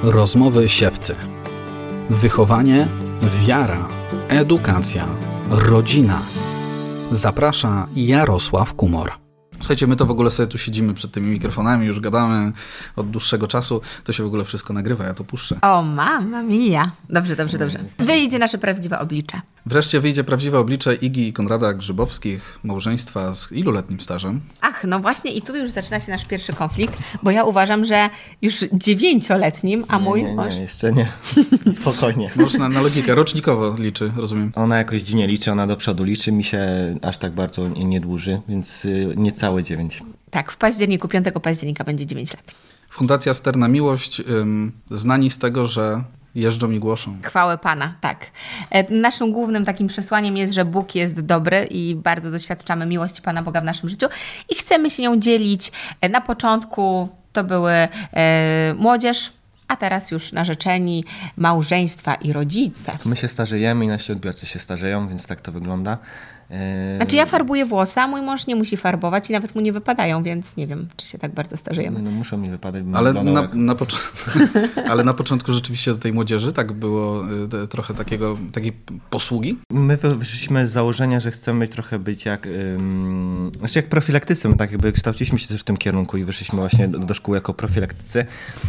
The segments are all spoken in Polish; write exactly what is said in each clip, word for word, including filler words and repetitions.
Rozmowy siewcy. Wychowanie, wiara, edukacja, rodzina. Zaprasza Jarosław Kumor. Słuchajcie, my to w ogóle sobie tu siedzimy przed tymi mikrofonami, już gadamy od dłuższego czasu. To się w ogóle wszystko nagrywa, ja to puszczę. O, mamma mia. Dobrze, dobrze, dobrze. Wyjdzie nasze prawdziwe oblicze. Wreszcie wyjdzie prawdziwe oblicze Igi i Konrada Grzybowskich, małżeństwa z iluletnim stażem? Ach, no właśnie i tu już zaczyna się nasz pierwszy konflikt, bo ja uważam, że już dziewięcioletnim, a mój Nie, nie, mąż... nie, jeszcze nie. Spokojnie. Można na logikę, rocznikowo liczy, rozumiem. Ona jakoś dziwnie liczy, ona do przodu liczy, mi się aż tak bardzo nie, nie dłuży, więc niecałe dziewięć. Tak, w październiku, piątego października będzie dziewięć lat. Fundacja Ster na Miłość, ym, znani z tego, że jeżdżą i głoszą. Chwałę Pana, tak. E, Naszym głównym takim przesłaniem jest, że Bóg jest dobry i bardzo doświadczamy miłości Pana Boga w naszym życiu i chcemy się nią dzielić. E, Na początku to były e, młodzież, a teraz już narzeczeni, małżeństwa i rodzice. My się starzejemy i nasi odbiorcy się starzeją, więc tak to wygląda. Znaczy ja farbuję włosy, a mój mąż nie musi farbować i nawet mu nie wypadają, więc nie wiem, czy się tak bardzo starzejemy. No muszą mi wypadać. Ale na, jak... na początku, ale na początku rzeczywiście do tej młodzieży tak było y, trochę takiego, takiej posługi? My wyszliśmy z założenia, że chcemy trochę być jak, ym, znaczy jak profilaktycy. My tak jakby kształciliśmy się też w tym kierunku i wyszliśmy właśnie do, do szkół jako profilaktycy.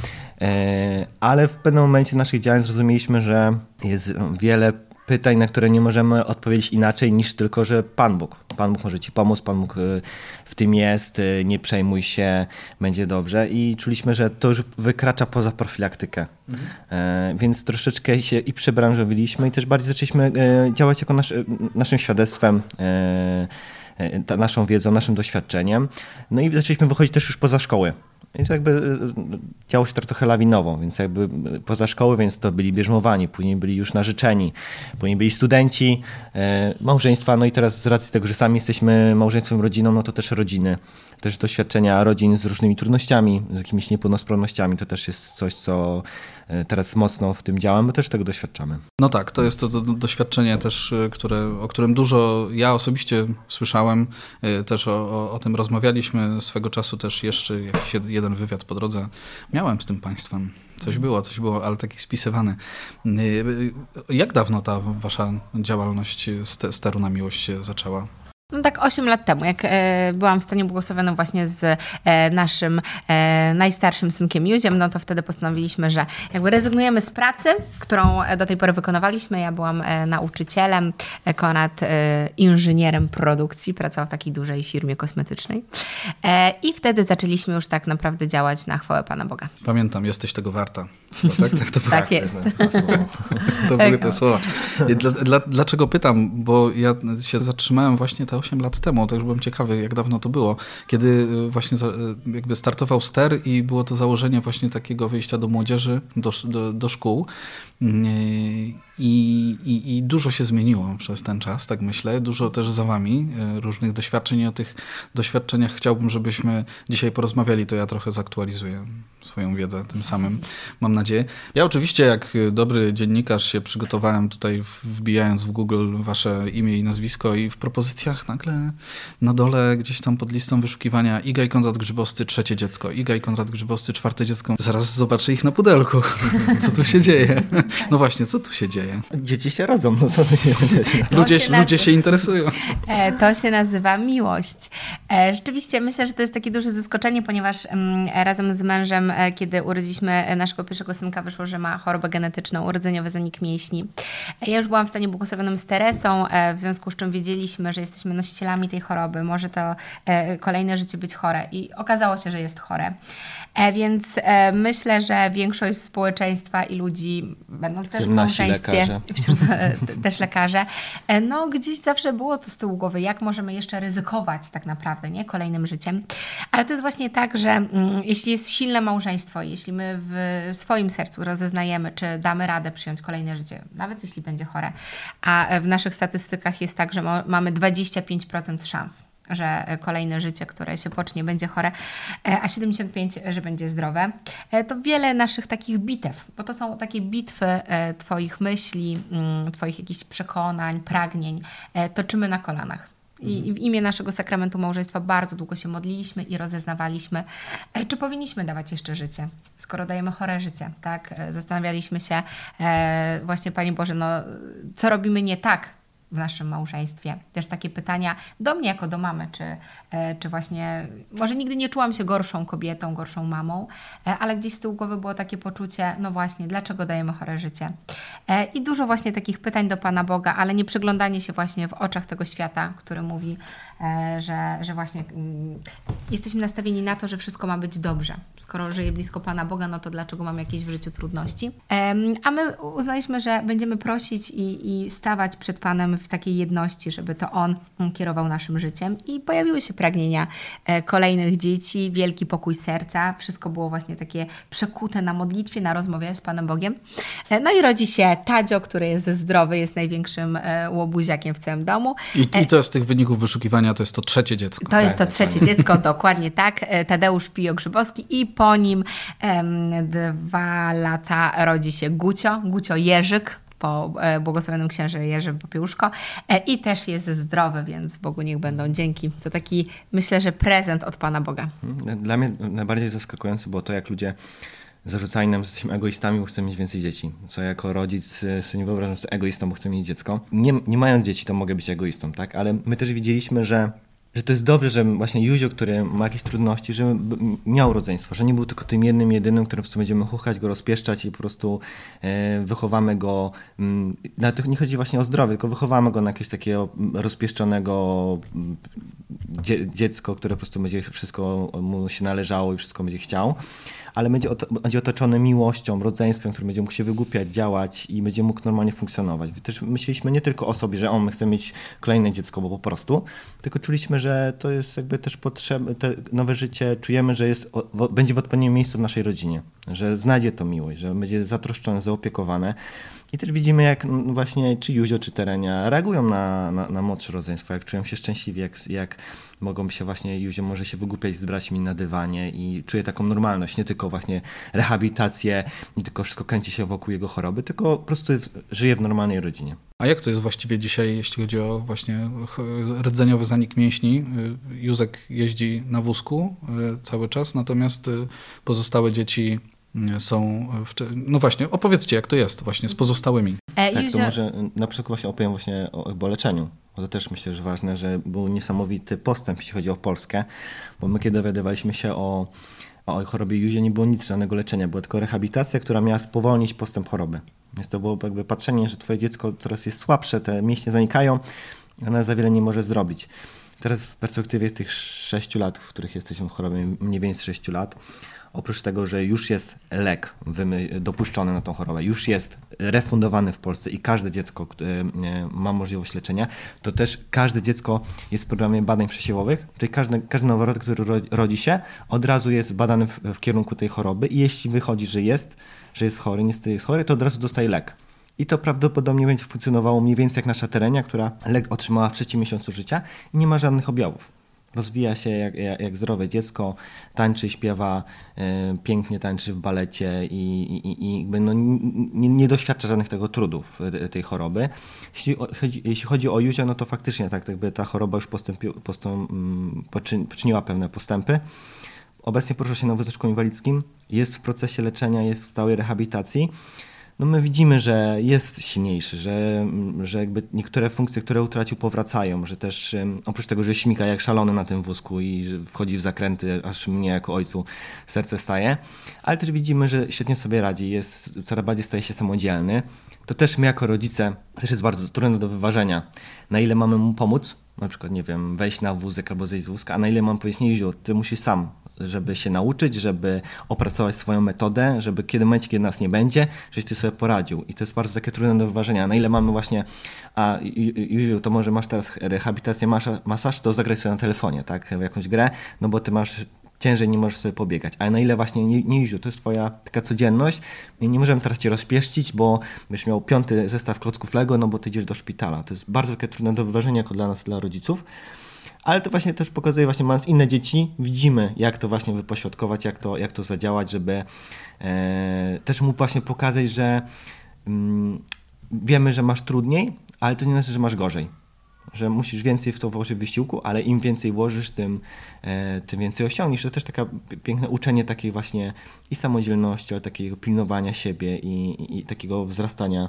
E, ale w pewnym momencie naszych działań zrozumieliśmy, że jest wiele pytań, na które nie możemy odpowiedzieć inaczej niż tylko, że Pan Bóg. Pan Bóg może ci pomóc, Pan Bóg w tym jest, nie przejmuj się, będzie dobrze. I czuliśmy, że to już wykracza poza profilaktykę. Mhm. E, więc troszeczkę się i przebranżowiliśmy i też bardziej zaczęliśmy e, działać jako nasz, naszym świadectwem, e, Ta, naszą wiedzą, naszym doświadczeniem. No i zaczęliśmy wychodzić też już poza szkoły. I to jakby działo się to trochę lawinowo, więc jakby poza szkoły, więc to byli bierzmowani, później byli już narzeczeni, później byli studenci, e, małżeństwa, no i teraz z racji tego, że sami jesteśmy małżeństwem, rodziną, no to też rodziny, też doświadczenia rodzin z różnymi trudnościami, z jakimiś niepełnosprawnościami, to też jest coś, co teraz mocno w tym działam, bo też tego doświadczamy. No tak, to jest to do, doświadczenie też, które, o którym dużo ja osobiście słyszałem, też o, o, o tym rozmawialiśmy swego czasu, też jeszcze jakiś jeden wywiad po drodze miałem z tym państwem. Coś było, coś było, ale taki spisywany. Jak dawno ta wasza działalność Steru na Miłość się zaczęła? No tak osiem lat temu, jak e, byłam w stanie błogosławionym właśnie z e, naszym e, najstarszym synkiem Józiem, no to wtedy postanowiliśmy, że jakby rezygnujemy z pracy, którą do tej pory wykonywaliśmy. Ja byłam e, nauczycielem, e, Konrad e, inżynierem produkcji, pracował w takiej dużej firmie kosmetycznej. E, I wtedy zaczęliśmy już tak naprawdę działać na chwałę Pana Boga. Pamiętam, jesteś tego warta. Chyba tak, tak, to było. Tak jest. To były te słowa. Dla, dla, dlaczego pytam? Bo ja się zatrzymałem właśnie te osiem lat temu, to już byłem ciekawy, jak dawno to było, kiedy właśnie jakby startował Ster i było to założenie właśnie takiego wyjścia do młodzieży, do, do, do szkół. I, i, I dużo się zmieniło przez ten czas, tak myślę. Dużo też za wami różnych doświadczeń i o tych doświadczeniach chciałbym, żebyśmy dzisiaj porozmawiali. To ja trochę zaktualizuję swoją wiedzę tym samym, mam nadzieję. Ja oczywiście jak dobry dziennikarz się przygotowałem tutaj, wbijając w Google wasze imię i nazwisko i w propozycjach nagle na dole gdzieś tam pod listą wyszukiwania Iga i Konrad Grzybowscy, trzecie dziecko. Iga i Konrad Grzybowscy, czwarte dziecko. Zaraz zobaczę ich na pudelku. Co tu się dzieje? No właśnie, co tu się dzieje? Dzieci się rodzą, no co tu się dzieje? Ludzie, się ludzie nazy- się interesują. E, to się nazywa miłość. E, rzeczywiście myślę, że to jest takie duże zaskoczenie, ponieważ m, razem z mężem, e, kiedy urodziliśmy naszego pierwszego synka, wyszło, że ma chorobę genetyczną, urodzeniowy zanik mięśni. E, ja już byłam w stanie błogosławionym z Teresą, e, w związku z czym wiedzieliśmy, że jesteśmy nosicielami tej choroby. Może to e, kolejne życie być chore. I okazało się, że jest chore. E, więc e, myślę, że większość społeczeństwa i ludzi, będąc też w małżeństwie, wśród e, też lekarze, e, no gdzieś zawsze było to z tyłu głowy, jak możemy jeszcze ryzykować tak naprawdę, nie, kolejnym życiem. Ale to jest właśnie tak, że mm, jeśli jest silne małżeństwo, jeśli my w swoim sercu rozeznajemy, czy damy radę przyjąć kolejne życie, nawet jeśli będzie chore, a w naszych statystykach jest tak, że mo- mamy dwadzieścia pięć procent szans, że kolejne życie, które się pocznie, będzie chore, a siedemdziesiąt pięć procent, że będzie zdrowe. To wiele naszych takich bitew, bo to są takie bitwy twoich myśli, twoich jakichś przekonań, pragnień, toczymy na kolanach. I w imię naszego sakramentu małżeństwa bardzo długo się modliliśmy i rozeznawaliśmy, czy powinniśmy dawać jeszcze życie, skoro dajemy chore życie, tak? Zastanawialiśmy się właśnie, Panie Boże, no co robimy nie tak w naszym małżeństwie. Też takie pytania do mnie jako do mamy, czy, czy właśnie, może nigdy nie czułam się gorszą kobietą, gorszą mamą, ale gdzieś z tyłu głowy było takie poczucie, no właśnie, dlaczego dajemy chore życie? I dużo właśnie takich pytań do Pana Boga, ale nie przyglądanie się właśnie w oczach tego świata, który mówi, że, że właśnie jesteśmy nastawieni na to, że wszystko ma być dobrze. Skoro żyję blisko Pana Boga, no to dlaczego mam jakieś w życiu trudności? A my uznaliśmy, że będziemy prosić i, i stawać przed Panem w takiej jedności, żeby to On kierował naszym życiem. I pojawiły się pragnienia kolejnych dzieci, wielki pokój serca. Wszystko było właśnie takie przekute na modlitwie, na rozmowie z Panem Bogiem. No i rodzi się Tadzio, który jest zdrowy, jest największym łobuziakiem w całym domu. I, i to z tych wyników wyszukiwania to jest to trzecie dziecko. To tak, jest to trzecie tak. dziecko, dokładnie tak. Tadeusz Pijo-Grzybowski i po nim em, dwa lata rodzi się Gucio, Gucio Jerzyk, po e, błogosławionym księże Jerzym Popiełuszko e, i też jest zdrowy, więc Bogu niech będą dzięki. To taki, myślę, że prezent od Pana Boga. Dla mnie najbardziej zaskakujące było to, jak ludzie zarzucali nam, że jesteśmy egoistami, bo chcemy mieć więcej dzieci. Co jako rodzic sobie nie wyobrażam, że jestem egoistą, bo chcę mieć dziecko. Nie, nie mając dzieci, to mogę być egoistą, tak? Ale my też widzieliśmy, że że to jest dobrze, że właśnie Józio, który ma jakieś trudności, że miał rodzeństwo, że nie był tylko tym jednym, jedynym, którym po prostu będziemy chuchać, go rozpieszczać i po prostu e, wychowamy go, m, nawet nie chodzi właśnie o zdrowie, tylko wychowamy go na jakiegoś takiego rozpieszczonego dzie, dziecko, które po prostu będzie wszystko mu się należało i wszystko będzie chciał, ale będzie, oto, będzie otoczone miłością, rodzeństwem, który będzie mógł się wygłupiać, działać i będzie mógł normalnie funkcjonować. Też myśleliśmy nie tylko o sobie, że on, my chcemy mieć kolejne dziecko, bo po prostu, tylko czuliśmy, że to jest jakby też potrzebne, te nowe życie, czujemy, że jest, o, będzie w odpowiednim miejscu w naszej rodzinie, że znajdzie to miłość, że będzie zatroszczone, zaopiekowane. I też widzimy, jak właśnie czy Józio, czy Terenia reagują na, na, na młodsze rodzeństwo, jak czują się szczęśliwi, jak, jak mogą się właśnie, Józio może się wygłupiać z braćmi na dywanie i czuje taką normalność, nie tylko właśnie rehabilitację, nie tylko wszystko kręci się wokół jego choroby, tylko po prostu żyje w normalnej rodzinie. A jak to jest właściwie dzisiaj, jeśli chodzi o właśnie rdzeniowy zanik mięśni? Józek jeździ na wózku cały czas, natomiast pozostałe dzieci są... W... No właśnie, opowiedzcie, jak to jest właśnie z pozostałymi. E, tak, Józio... to może na przykład właśnie opowiem właśnie o, o leczeniu. Bo to też myślę, że ważne, że był niesamowity postęp, jeśli chodzi o Polskę, bo my kiedy dowiadywaliśmy się o, o chorobie Józia, nie było nic, żadnego leczenia, była tylko rehabilitacja, która miała spowolnić postęp choroby. Więc to było jakby patrzenie, że twoje dziecko coraz jest słabsze, te mięśnie zanikają, ona za wiele nie może zrobić. Teraz w perspektywie tych sześciu lat, w których jesteśmy w chorobie, mniej więcej sześciu lat, oprócz tego, że już jest lek dopuszczony na tą chorobę, już jest refundowany w Polsce i każde dziecko ma możliwość leczenia, to też każde dziecko jest w programie badań przesiewowych, czyli każdy, każdy noworodek, który rodzi się, od razu jest badany w, w kierunku tej choroby i jeśli wychodzi, że jest, że jest chory, niestety jest chory, to od razu dostaje lek. I to prawdopodobnie będzie funkcjonowało mniej więcej jak nasza Terenia, która lek otrzymała w trzecim miesiącu życia i nie ma żadnych objawów. Rozwija się jak, jak, jak zdrowe dziecko, tańczy, śpiewa, e, pięknie tańczy w balecie i, i, i jakby no, nie, nie doświadcza żadnych tego trudów tej choroby. Jeśli chodzi, jeśli chodzi o Józia, no to faktycznie tak jakby ta choroba już postępi, postąp, poczyn, poczyniła pewne postępy. Obecnie porusza się na wózeczku inwalidzkim, jest w procesie leczenia, jest w stałej rehabilitacji. No my widzimy, że jest silniejszy, że, że jakby niektóre funkcje, które utracił, powracają, że też oprócz tego, że śmika jak szalony na tym wózku i że wchodzi w zakręty, aż mnie jako ojcu serce staje, ale też widzimy, że świetnie sobie radzi, jest, coraz bardziej staje się samodzielny. To też my jako rodzice też jest bardzo trudne do wyważenia, na ile mamy mu pomóc, na przykład, nie wiem, wejść na wózek albo zejść z wózka, a na ile mam powiedzieć, nie Józiu, ty musisz sam, żeby się nauczyć, żeby opracować swoją metodę, żeby kiedy momencie, kiedy nas nie będzie, żebyś ty sobie poradził. I to jest bardzo takie trudne do wyważenia. Na ile mamy właśnie, a Józiu, to może masz teraz rehabilitację, masaż, to zagraj sobie na telefonie, tak, w jakąś grę, no bo ty masz ciężej, nie możesz sobie pobiegać. Ale na ile właśnie, nie, nie Józiu, to jest twoja taka codzienność, nie możemy teraz cię rozpieszcić, bo byś miał piąty zestaw klocków Lego, no bo ty idziesz do szpitala. To jest bardzo takie trudne do wyważenia jako dla nas, dla rodziców. Ale to właśnie też pokazuje, właśnie mając inne dzieci, widzimy, jak to właśnie wypośrodkować, jak to, jak to zadziałać, żeby e, też mu właśnie pokazać, że mm, wiemy, że masz trudniej, ale to nie znaczy, że masz gorzej. że musisz więcej w to włożyć wysiłku, ale im więcej włożysz, tym, e, tym więcej osiągniesz. To też takie piękne uczenie takiej właśnie i samodzielności, ale takiego pilnowania siebie i, i, i takiego wzrastania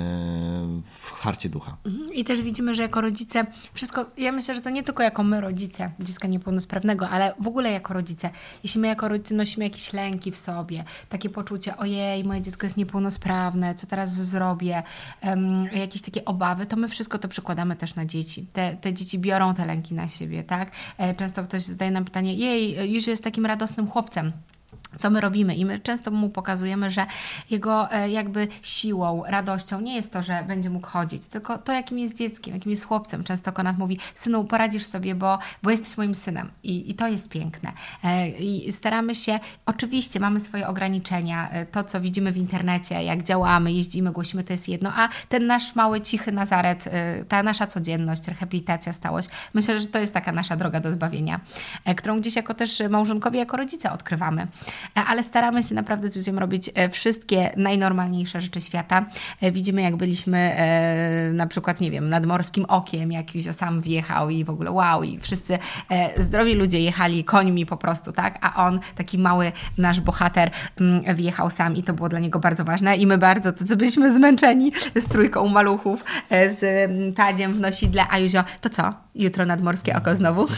w harcie ducha. I też widzimy, że jako rodzice wszystko, ja myślę, że to nie tylko jako my rodzice dziecka niepełnosprawnego, ale w ogóle jako rodzice. Jeśli my jako rodzice nosimy jakieś lęki w sobie, takie poczucie, ojej, moje dziecko jest niepełnosprawne, co teraz zrobię, um, jakieś takie obawy, to my wszystko to przekładamy też na dzieci. Te, te dzieci biorą te lęki na siebie, tak? Często ktoś zadaje nam pytanie, jej, już jest takim radosnym chłopcem. Co my robimy? I my często mu pokazujemy, że jego jakby siłą, radością nie jest to, że będzie mógł chodzić, tylko to, jakim jest dzieckiem, jakim jest chłopcem. Często Konrad mówi, synu, poradzisz sobie, bo, bo jesteś moim synem. I, I to jest piękne. I staramy się, oczywiście mamy swoje ograniczenia, to, co widzimy w internecie, jak działamy, jeździmy, głosimy, to jest jedno, a ten nasz mały, cichy Nazaret, ta nasza codzienność, rehabilitacja, stałość, myślę, że to jest taka nasza droga do zbawienia, którą gdzieś jako też małżonkowie, jako rodzice odkrywamy. Ale staramy się naprawdę z Józiem robić wszystkie najnormalniejsze rzeczy świata. Widzimy, jak byliśmy na przykład, nie wiem, nad Morskim Okiem, jak Józio sam wjechał i w ogóle wow, i wszyscy zdrowi ludzie jechali końmi po prostu, tak? A on, taki mały nasz bohater, wjechał sam i to było dla niego bardzo ważne i my bardzo tacy byliśmy zmęczeni z trójką maluchów, z Tadziem w nosidle, a Józio, to co? Jutro nad Morskie Oko znowu.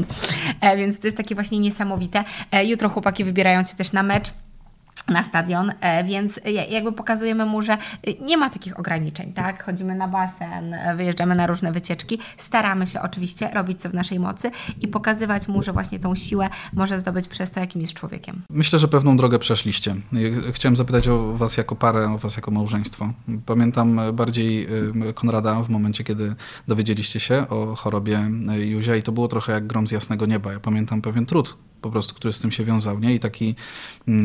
Więc to jest takie właśnie niesamowite. Jutro chłopaki wybierają się też na mecz, na stadion, więc jakby pokazujemy mu, że nie ma takich ograniczeń, tak? Chodzimy na basen, wyjeżdżamy na różne wycieczki, staramy się oczywiście robić co w naszej mocy i pokazywać mu, że właśnie tą siłę może zdobyć przez to, jakim jest człowiekiem. Myślę, że pewną drogę przeszliście. Chciałem zapytać o was jako parę, o was jako małżeństwo. Pamiętam bardziej Konrada w momencie, kiedy dowiedzieliście się o chorobie Józia i to było trochę jak grom z jasnego nieba. Ja pamiętam pewien trud po prostu, który z tym się wiązał, nie? I taki... Yy,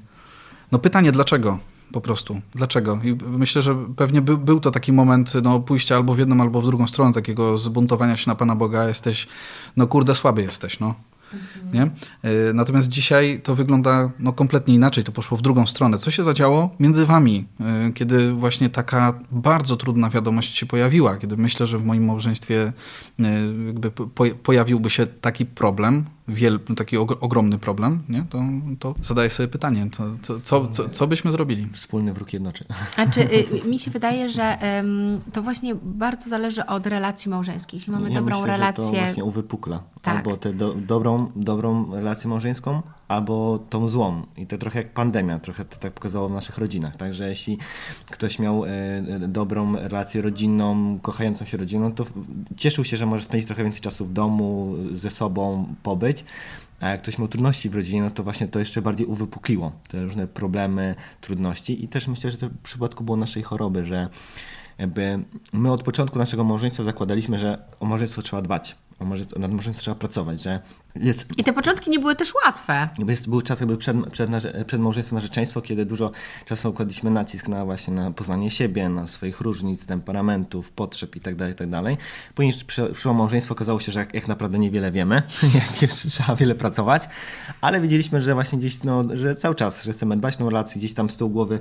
No pytanie, dlaczego? Po prostu. Dlaczego? I myślę, że pewnie by, był to taki moment no, pójścia albo w jedną, albo w drugą stronę, takiego zbuntowania się na Pana Boga. Jesteś, no kurde, słaby jesteś, no. Mhm. Nie? Y, natomiast dzisiaj to wygląda no, kompletnie inaczej. To poszło w drugą stronę. Co się zadziało między wami, y, kiedy właśnie taka bardzo trudna wiadomość się pojawiła? Kiedy myślę, że w moim małżeństwie y, jakby po, pojawiłby się taki problem, wiel, taki ogromny problem, nie? To, to zadaję sobie pytanie, co, co, co, co, co byśmy zrobili? Wspólny wróg jednoczy. A czy y, mi się wydaje, że ym, to właśnie bardzo zależy od relacji małżeńskiej. Jeśli mamy ja dobrą myślę, relację... że to właśnie uwypukla. Tak. Albo tę do, dobrą, dobrą relację małżeńską, albo tą złą. I to trochę jak pandemia, trochę to tak pokazało w naszych rodzinach. Także jeśli ktoś miał y, dobrą relację rodzinną, kochającą się rodziną, to cieszył się, że może spędzić trochę więcej czasu w domu, ze sobą pobyć. A jak ktoś miał trudności w rodzinie, no to właśnie to jeszcze bardziej uwypukliło te różne problemy, trudności. I też myślę, że to w przypadku było naszej choroby, że jakby my od początku naszego małżeństwa zakładaliśmy, że o małżeństwo trzeba dbać, o małżeństwo, nad małżeństwem trzeba pracować, że jest... I te początki nie były też łatwe. Jest, był czas jakby przed, przed, przed małżeństwem narzeczeństwo, kiedy dużo czasu kładliśmy nacisk na właśnie na poznanie siebie, na swoich różnic, temperamentów, potrzeb itd., itd. Później przyszło małżeństwo, okazało się, że jak, jak naprawdę niewiele wiemy, jak jeszcze trzeba wiele pracować, ale wiedzieliśmy, że właśnie gdzieś, no, że cały czas, że chcemy dbać o relację, gdzieś tam z tyłu głowy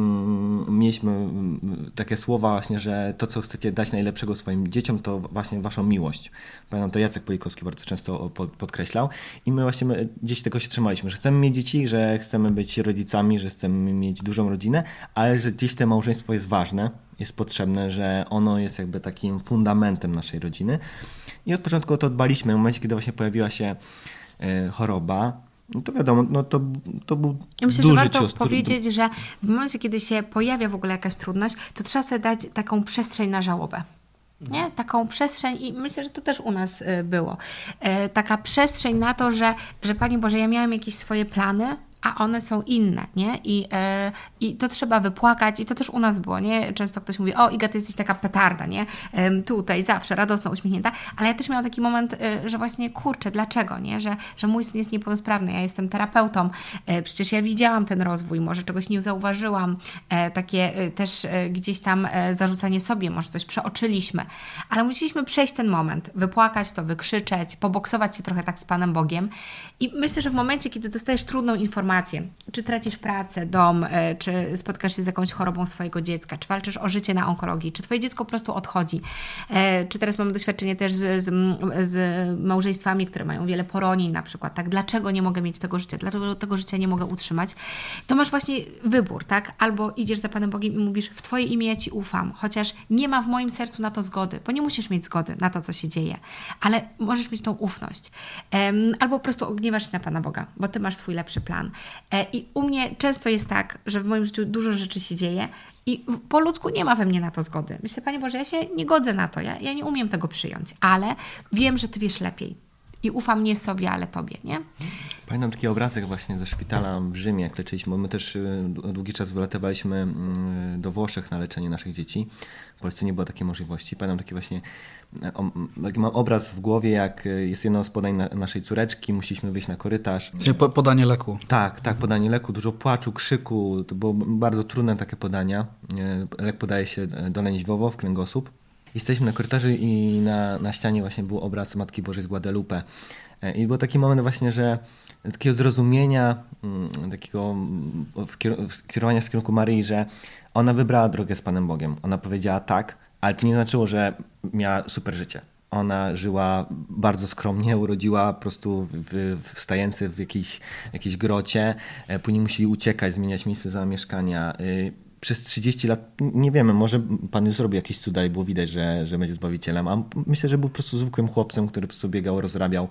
mm, mieliśmy mm, takie słowa właśnie, że to, co chcecie dać najlepszego swoim dzieciom, to właśnie waszą miłość. Pamiętam, to Jacek Polikowski bardzo często podkreślał i my właśnie my gdzieś tego się trzymaliśmy, że chcemy mieć dzieci, że chcemy być rodzicami, że chcemy mieć dużą rodzinę, ale że gdzieś to małżeństwo jest ważne, jest potrzebne, że ono jest jakby takim fundamentem naszej rodziny i od początku o to dbaliśmy. W momencie, kiedy właśnie pojawiła się y, choroba, no to wiadomo, no to, to był ja myślę, duży że warto cios. powiedzieć, że w momencie, kiedy się pojawia w ogóle jakaś trudność, to trzeba sobie dać taką przestrzeń na żałobę. Nie? Taką przestrzeń i myślę, że to też u nas było. E, taka przestrzeń na to, że, że Panie Boże, ja miałam jakieś swoje plany, a one są inne, nie? I, e, I to trzeba wypłakać i to też u nas było, nie? Często ktoś mówi, o Iga, ty jesteś taka petarda, nie? E, tutaj zawsze radosna, uśmiechnięta, ale ja też miałam taki moment, e, że właśnie kurczę, dlaczego, nie? Że, że mój syn jest niepełnosprawny, ja jestem terapeutą, e, przecież ja widziałam ten rozwój, może czegoś nie zauważyłam, e, takie e, też e, gdzieś tam e, zarzucanie sobie, może coś przeoczyliśmy, ale musieliśmy przejść ten moment, wypłakać to, wykrzyczeć, poboksować się trochę tak z Panem Bogiem i myślę, że w momencie, kiedy dostajesz trudną informację, informacje, czy tracisz pracę, dom, czy spotkasz się z jakąś chorobą swojego dziecka, czy walczysz o życie na onkologii, czy twoje dziecko po prostu odchodzi, czy teraz mamy doświadczenie też z, z, z małżeństwami, które mają wiele poronień na przykład, tak, dlaczego nie mogę mieć tego życia, dlaczego tego życia nie mogę utrzymać, to masz właśnie wybór, tak, albo idziesz za Panem Bogiem i mówisz, w Twoje imię ja Ci ufam, chociaż nie ma w moim sercu na to zgody, bo nie musisz mieć zgody na to, co się dzieje, ale możesz mieć tą ufność, um, albo po prostu ogniewasz się na Pana Boga, bo Ty masz swój lepszy plan. E, I u mnie często jest tak, że w moim życiu dużo rzeczy się dzieje i po ludzku nie ma we mnie na to zgody. Myślę, Panie Boże, ja się nie godzę na to, ja, ja nie umiem tego przyjąć, ale wiem, że Ty wiesz lepiej i ufam nie sobie, ale Tobie, nie? Pamiętam taki obrazek właśnie ze szpitala w Rzymie, jak leczyliśmy, bo my też długi czas wylatywaliśmy do Włoszech na leczenie naszych dzieci. W Polsce nie było takiej możliwości. Pamiętam taki właśnie, taki mam obraz w głowie, jak jest jedno z podań na, naszej córeczki, musieliśmy wyjść na korytarz. Czyli po, podanie leku. Tak, tak, podanie leku, dużo płaczu, krzyku, to było bardzo trudne takie podania. Lek podaje się dolędźwowo w kręgosłup. Jesteśmy na korytarzu i na, na ścianie właśnie był obraz Matki Bożej z Guadalupe. I był taki moment właśnie, że takiego zrozumienia, takiego kierowania w kierunku Maryi, że ona wybrała drogę z Panem Bogiem. Ona powiedziała tak, ale to nie znaczyło, że miała super życie. Ona żyła bardzo skromnie, urodziła po prostu w, w stajence w jakiejś, jakiejś grocie. Później musieli uciekać, zmieniać miejsce zamieszkania. Przez trzydzieści lat, nie wiemy, może Pan już zrobił jakieś cuda i było widać, że, że będzie Zbawicielem, a myślę, że był po prostu zwykłym chłopcem, który po prostu biegał, rozrabiał.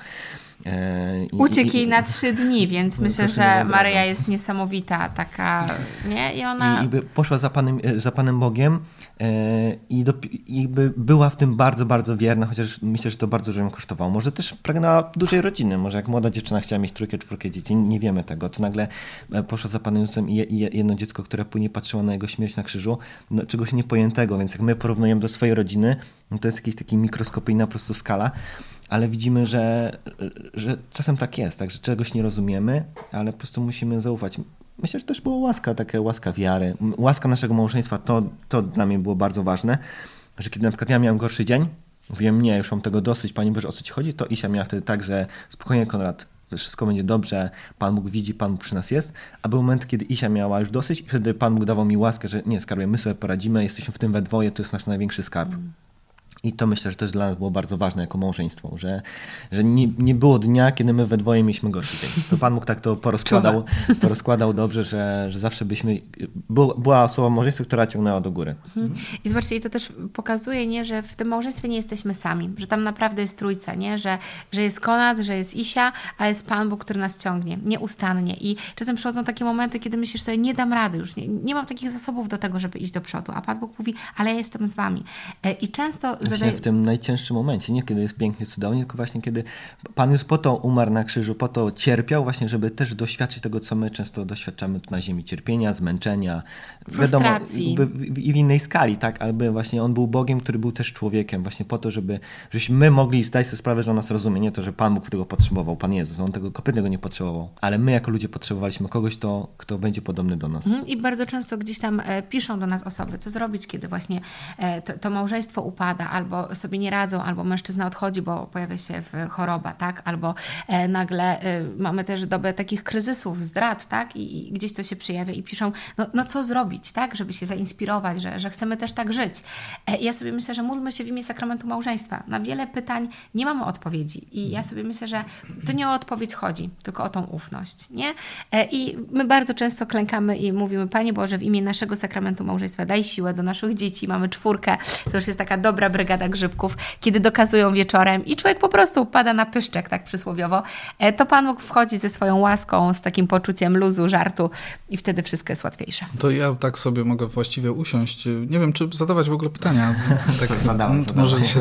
E, i, Uciekł jej na trzy dni, więc myślę, że Maryja jest niesamowita, taka, nie? I ona... I, i poszła za Panem, za Panem Bogiem e, i, do, i by była w tym bardzo, bardzo wierna, chociaż myślę, że to bardzo dużo ją kosztowało. Może też pragnęła dużej rodziny, może jak młoda dziewczyna chciała mieć trójkę, czwórkę dzieci, nie wiemy tego. To nagle poszła za Panem Jezusem i, i jedno dziecko, które później patrzyło na jego śmierć na krzyżu, no, czegoś niepojętego, więc jak my porównujemy do swojej rodziny, no to jest jakaś taka mikroskopijna po prostu skala, ale widzimy, że, że czasem tak jest, tak, że czegoś nie rozumiemy, ale po prostu musimy zaufać. Myślę, że też była łaska, taka łaska wiary, łaska naszego małżeństwa, to, to dla mnie było bardzo ważne, że kiedy na przykład ja miałem gorszy dzień, mówiłem, nie, już mam tego dosyć, Panie Boże, o co Ci chodzi, to Isia miała wtedy tak, że spokojnie, Konrad, wszystko będzie dobrze, Pan Bóg widzi, Pan Bóg przy nas jest, a był moment, kiedy Isia miała już dosyć i wtedy Pan Bóg dawał mi łaskę, że nie, skarbie, my sobie poradzimy, jesteśmy w tym we dwoje, to jest nasz największy skarb. Mm. I to myślę, że też dla nas było bardzo ważne jako małżeństwo, że, że nie, nie było dnia, kiedy my we dwoje mieliśmy gorszy dzień. To Pan Bóg tak to porozkładał, porozkładał dobrze, że, że zawsze byśmy... Było, była osoba małżeństwa, która ciągnęła do góry. Mhm. I zobaczcie, i to też pokazuje, nie, że w tym małżeństwie nie jesteśmy sami, że tam naprawdę jest trójca, nie? Że, że jest Konrad, że jest Isia, a jest Pan Bóg, który nas ciągnie, nieustannie. I czasem przychodzą takie momenty, kiedy myślisz sobie, nie dam rady już, nie, nie mam takich zasobów do tego, żeby iść do przodu, a Pan Bóg mówi, ale ja jestem z wami. I często... Zadaje... W tym najcięższym momencie, nie kiedy jest pięknie, cudownie, tylko właśnie kiedy Pan już po to umarł na krzyżu, po to cierpiał właśnie, żeby też doświadczyć tego, co my często doświadczamy tu na ziemi, cierpienia, zmęczenia, frustracji. Wiadomo, w, w, w innej skali, tak, ale właśnie On był Bogiem, który był też człowiekiem, właśnie po to, żeby żebyśmy my mogli zdać sobie sprawę, że On nas rozumie, nie to, że Pan Bóg tego potrzebował, Pan Jezus, On tego kompletnie nie potrzebował, ale my jako ludzie potrzebowaliśmy kogoś, to, kto będzie podobny do nas. I bardzo często gdzieś tam e, piszą do nas osoby, co zrobić, kiedy właśnie e, to, to małżeństwo upada, albo sobie nie radzą, albo mężczyzna odchodzi, bo pojawia się choroba, tak? Albo e, nagle e, mamy też dobę takich kryzysów, zdrad, tak? I, i gdzieś to się przejawia i piszą, no, no co zrobić, tak? Żeby się zainspirować, że, że chcemy też tak żyć. E, ja sobie myślę, że módlmy się w imię sakramentu małżeństwa. Na wiele pytań nie mamy odpowiedzi i ja sobie myślę, że to nie o odpowiedź chodzi, tylko o tą ufność, nie? E, I my bardzo często klękamy i mówimy, Panie Boże, w imię naszego sakramentu małżeństwa daj siłę do naszych dzieci, mamy czwórkę, to już jest taka dobra brygada grzybków, kiedy dokazują wieczorem i człowiek po prostu upada na pyszczek, tak przysłowiowo, to Pan Bóg wchodzi ze swoją łaską, z takim poczuciem luzu, żartu i wtedy wszystko jest łatwiejsze. To ja tak sobie mogę właściwie usiąść. Nie wiem, czy zadawać w ogóle pytania. Tak, zadałem, to może się...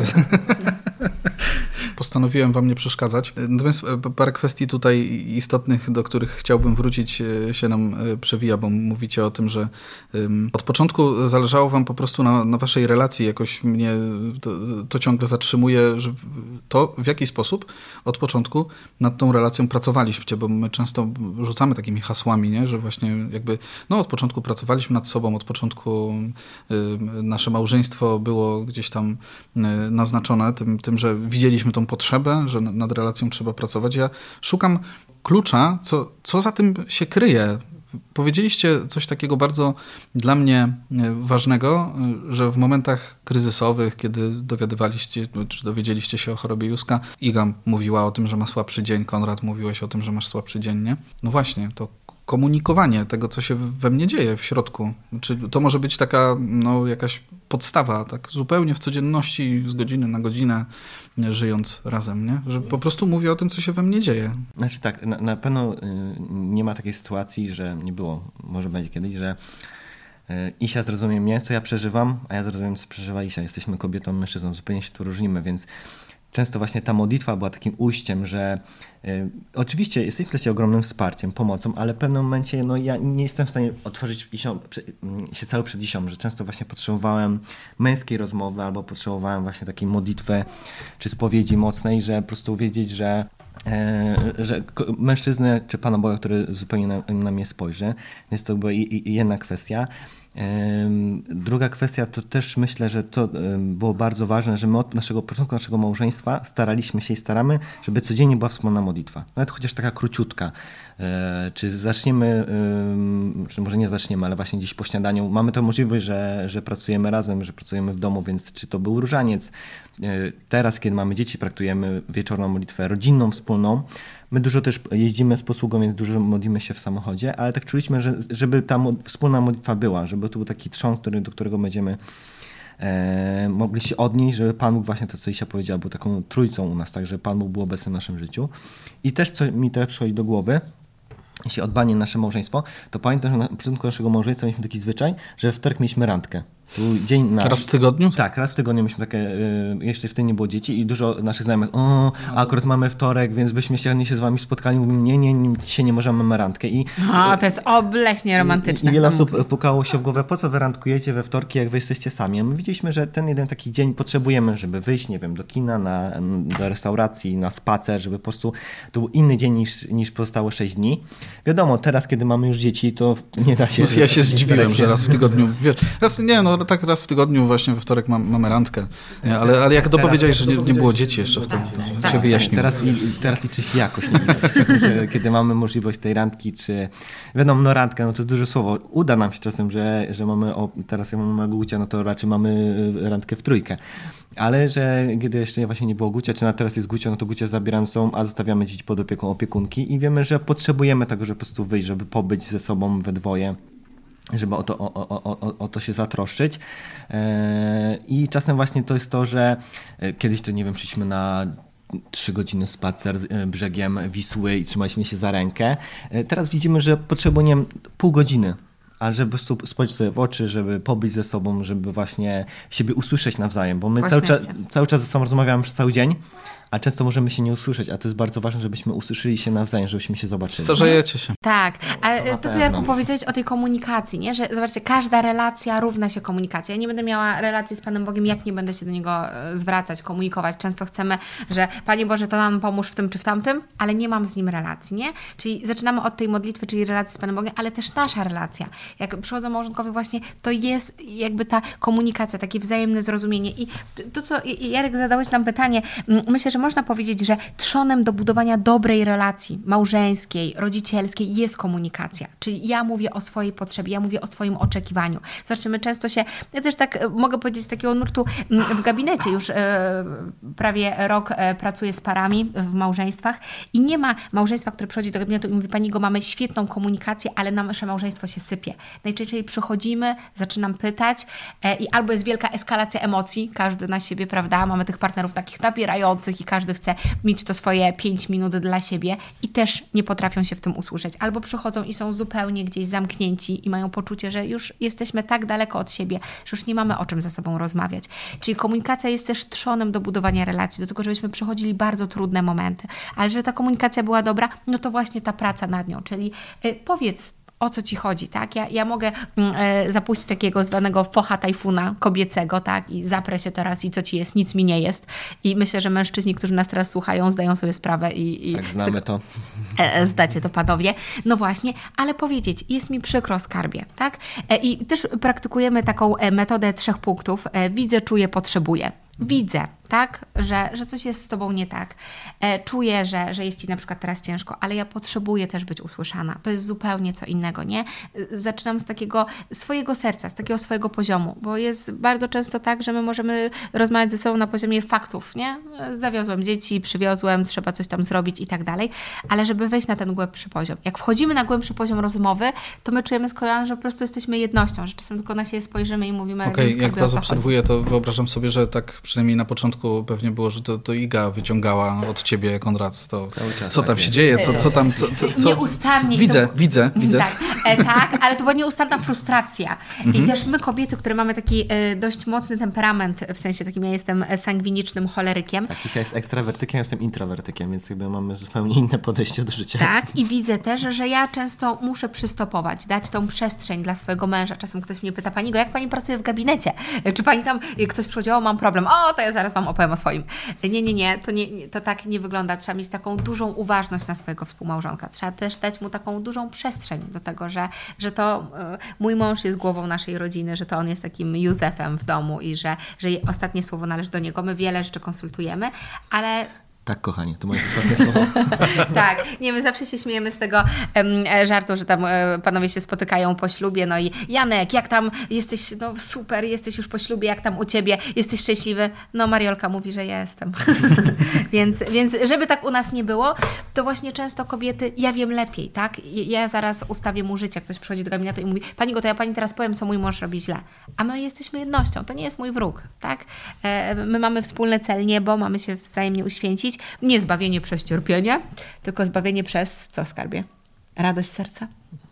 Postanowiłem wam nie przeszkadzać. Natomiast parę kwestii tutaj istotnych, do których chciałbym wrócić, się nam przewija, bo mówicie o tym, że od początku zależało wam po prostu na, na waszej relacji. Jakoś mnie to, to ciągle zatrzymuje, że to w jaki sposób od początku nad tą relacją pracowaliście, bo my często rzucamy takimi hasłami, nie? Że właśnie jakby no od początku pracowaliśmy nad sobą, od początku nasze małżeństwo było gdzieś tam naznaczone tym, tym że widzieliśmy tą tą potrzebę, że nad relacją trzeba pracować. Ja szukam klucza, co, co za tym się kryje. Powiedzieliście coś takiego bardzo dla mnie ważnego, że w momentach kryzysowych, kiedy dowiadywaliście, czy dowiedzieliście się o chorobie Józka, Iga mówiła o tym, że ma słabszy dzień, Konrad mówiłeś o tym, że masz słabszy dzień, nie? No właśnie, to komunikowanie tego, co się we mnie dzieje w środku. Czy to może być taka no, jakaś podstawa, tak zupełnie w codzienności, z godziny na godzinę, nie, żyjąc razem, nie? Że po prostu mówię o tym, co się we mnie dzieje. Znaczy tak, na, na pewno y, nie ma takiej sytuacji, że nie było, może będzie kiedyś, że y, Isia zrozumie mnie, co ja przeżywam, a ja zrozumiem, co przeżywa Isia. Jesteśmy kobietą, mężczyzną, zupełnie się tu różnimy, więc często właśnie ta modlitwa była takim ujściem, że y, oczywiście jesteśmy dla Ciebie ogromnym wsparciem, pomocą, ale w pewnym momencie no, ja nie jestem w stanie otworzyć Isią, przy, y, się cały przed Isią, że często właśnie potrzebowałem męskiej rozmowy albo potrzebowałem właśnie takiej modlitwy czy spowiedzi mocnej, że po prostu wiedzieć, że y, że mężczyznę czy Pana Boga, który zupełnie na, na mnie spojrzy, więc to była i, i jedna kwestia. Druga kwestia to też myślę, że to było bardzo ważne, że my od naszego początku naszego małżeństwa staraliśmy się i staramy, żeby codziennie była wspólna modlitwa. Nawet chociaż taka króciutka. Czy zaczniemy, czy może nie zaczniemy, ale właśnie gdzieś po śniadaniu mamy tę możliwość, że, że pracujemy razem, że pracujemy w domu, więc czy to był różaniec. Teraz, kiedy mamy dzieci, praktykujemy wieczorną modlitwę rodzinną, wspólną. My dużo też jeździmy z posługą, więc dużo modlimy się w samochodzie, ale tak czuliśmy, że żeby ta mo- wspólna modlitwa była, żeby to był taki trzon, który, do którego będziemy e, mogli się odnieść, żeby Pan Bóg, właśnie to, co Isia powiedziała, był taką trójcą u nas, tak, że Pan Bóg był obecny w naszym życiu. I też, co mi teraz przychodzi do głowy, jeśli odbanie nasze małżeństwo, to pamiętam, że na początku naszego małżeństwa mieliśmy taki zwyczaj, że w wtorek mieliśmy randkę. To był dzień nasz. Raz w tygodniu? Tak, raz w tygodniu mieliśmy takie, jeszcze wtedy nie było dzieci i dużo naszych znajomych, o, akurat mamy wtorek, więc byśmy się, się z wami spotkali. Mówimy, nie, nie, nie, dzisiaj nie możemy, mamy randkę. I, a, to jest obleśnie romantyczne. I wiele osób pukało się w głowę, po co wy randkujecie we wtorki, jak wy jesteście sami. A my widzieliśmy, że ten jeden taki dzień potrzebujemy, żeby wyjść, nie wiem, do kina, na, do restauracji, na spacer, żeby po prostu to był inny dzień niż, niż pozostałe sześć dni. Wiadomo, teraz, kiedy mamy już dzieci, to nie da się... No, ja się zdziwiłem, że raz w tygodniu, wiesz, raz, nie no, tak raz w tygodniu właśnie we wtorek mam, mamy randkę, nie, ale, ale jak dopowiedziałeś, że nie, nie było dzieci jeszcze wtedy, to tak, się wyjaśniło. Teraz, teraz liczy się jakość, nie kiedy mamy możliwość tej randki, czy wiadomo, no randka, no to jest duże słowo. Uda nam się czasem, że, że mamy, o, teraz jak mamy Gucia, no to raczej mamy randkę w trójkę. Ale że kiedy jeszcze właśnie nie było Gucia, czy na teraz jest Gucia, no to Gucia zabieramy są, a zostawiamy dzieci pod opieką opiekunki i wiemy, że potrzebujemy tego, żeby po prostu wyjść, żeby pobyć ze sobą we dwoje, żeby o to, o, o, o, o to się zatroszczyć. I czasem właśnie to jest to, że kiedyś to, nie wiem, szliśmy na trzy godziny spacer brzegiem Wisły i trzymaliśmy się za rękę. Teraz widzimy, że potrzebujemy pół godziny, ale żeby po prostu spojrzeć sobie w oczy, żeby pobyć ze sobą, żeby właśnie siebie usłyszeć nawzajem, bo my cały czas, cały czas ze sobą rozmawiamy przez cały dzień, a często możemy się nie usłyszeć, a to jest bardzo ważne, żebyśmy usłyszeli się nawzajem, żebyśmy się zobaczyli. Starzejecie się. Tak, ale to, co Jarku powiedziałeś o tej komunikacji, nie? Że zobaczcie, każda relacja równa się komunikacja. Ja nie będę miała relacji z Panem Bogiem, jak nie będę się do Niego zwracać, komunikować. Często chcemy, że Panie Boże, to nam pomóż w tym czy w tamtym, ale nie mam z Nim relacji, nie? Czyli zaczynamy od tej modlitwy, czyli relacji z Panem Bogiem, ale też nasza relacja. Jak przychodzą małżonkowie właśnie, to jest jakby ta komunikacja, takie wzajemne zrozumienie. I to, co Jarek zadałeś nam pytanie, myślę, że można powiedzieć, że trzonem do budowania dobrej relacji małżeńskiej, rodzicielskiej jest komunikacja. Czyli ja mówię o swojej potrzebie, ja mówię o swoim oczekiwaniu. Zobaczcie, my często się, ja też tak mogę powiedzieć z takiego nurtu w gabinecie już e, prawie rok e, pracuję z parami w małżeństwach i nie ma małżeństwa, które przychodzi do gabinetu i mówi, Pani Igo, mamy świetną komunikację, ale nasze małżeństwo się sypie. Najczęściej przychodzimy, zaczynam pytać e, i albo jest wielka eskalacja emocji, każdy na siebie, prawda? Mamy tych partnerów takich napierających i każdy chce mieć to swoje pięć minut dla siebie i też nie potrafią się w tym usłyszeć. Albo przychodzą i są zupełnie gdzieś zamknięci i mają poczucie, że już jesteśmy tak daleko od siebie, że już nie mamy o czym ze sobą rozmawiać. Czyli komunikacja jest też trzonem do budowania relacji, do tego, żebyśmy przechodzili bardzo trudne momenty. Ale że ta komunikacja była dobra, no to właśnie ta praca nad nią. Czyli yy, powiedz, o co Ci chodzi, tak? Ja, ja mogę y, zapuścić takiego zwanego focha tajfuna kobiecego, tak? I zaprę się teraz i co Ci jest, nic mi nie jest. I myślę, że mężczyźni, którzy nas teraz słuchają, zdają sobie sprawę i... i tak, znamy to. E, zdacie to, panowie. No właśnie, ale powiedzieć, jest mi przykro, skarbie, tak? E, I też praktykujemy taką metodę trzech punktów. E, widzę, czuję, potrzebuję. Widzę, tak, że, że coś jest z tobą nie tak. E, czuję, że, że jest ci na przykład teraz ciężko, ale ja potrzebuję też być usłyszana. To jest zupełnie co innego, nie? Zaczynam z takiego swojego serca, z takiego swojego poziomu, bo jest bardzo często tak, że my możemy rozmawiać ze sobą na poziomie faktów, nie? Zawiozłem dzieci, przywiozłem, trzeba coś tam zrobić i tak dalej, ale żeby wejść na ten głębszy poziom. Jak wchodzimy na głębszy poziom rozmowy, to my czujemy z kolei, że po prostu jesteśmy jednością, że czasem tylko na siebie spojrzymy i mówimy... Okej, okay, jak was obserwuję, to wyobrażam sobie, że tak przynajmniej na początku pewnie było, że to, to Iga wyciągała od ciebie, Konrad, to co tam się dzieje, co, co tam... Co, co, co... Nieustannie. Widzę, to... widzę, widzę. Tak, e, tak, ale to była nieustanna frustracja. Mhm. I też my kobiety, które mamy taki e, dość mocny temperament, w sensie takim ja jestem sangwinicznym cholerykiem. Tak, Kisia jest ekstrawertykiem, ja jestem introwertykiem, więc jakby mamy zupełnie inne podejście do życia. Tak, i widzę też, że ja często muszę przystopować, dać tą przestrzeń dla swojego męża. Czasem ktoś mnie pyta, pani Go, jak pani pracuje w gabinecie? Czy pani tam, ktoś przychodzi, o mam problem, o to ja zaraz wam opowiem o swoim. Nie, nie, nie, to, nie, to tak nie wygląda. Trzeba mieć taką dużą uważność na swojego współmałżonka. Trzeba też dać mu taką dużą przestrzeń do tego, że, że to y, mój mąż jest głową naszej rodziny, że to on jest takim Józefem w domu i że, że ostatnie słowo należy do niego. My wiele rzeczy konsultujemy, ale... Tak, kochanie, to moje ostatnie słowo. Tak, nie, my zawsze się śmiejemy z tego em, żartu, że tam e, panowie się spotykają po ślubie, no i Janek, jak tam jesteś, no super, jesteś już po ślubie, jak tam u ciebie, jesteś szczęśliwy? No Mariolka mówi, że jestem. więc, więc żeby tak u nas nie było, to właśnie często kobiety, ja wiem lepiej, tak? Ja zaraz ustawię mu życie, ktoś przychodzi do gabinetu i mówi, pani Go, to ja pani teraz powiem, co mój mąż robi źle. A my jesteśmy jednością, to nie jest mój wróg, tak? E, my mamy wspólny cel, niebo, mamy się wzajemnie uświęcić. Nie zbawienie przez cierpienie, tylko zbawienie przez, co skarbie? Radość serca?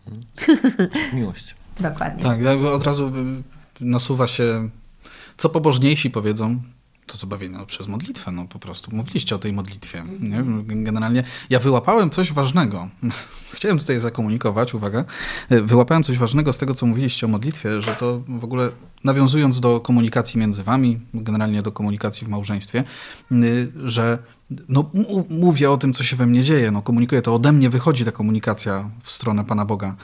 Miłość. Dokładnie. Tak, od razu nasuwa się, co pobożniejsi powiedzą, to zbawienie no, przez modlitwę, no po prostu. Mówiliście o tej modlitwie. Nie? Generalnie ja wyłapałem coś ważnego. Chciałem tutaj zakomunikować, uwaga, wyłapałem coś ważnego z tego, co mówiliście o modlitwie, że to w ogóle nawiązując do komunikacji między wami, generalnie do komunikacji w małżeństwie, że no, m- mówię o tym, co się we mnie dzieje, no, komunikuję, to ode mnie wychodzi ta komunikacja w stronę Pana Boga.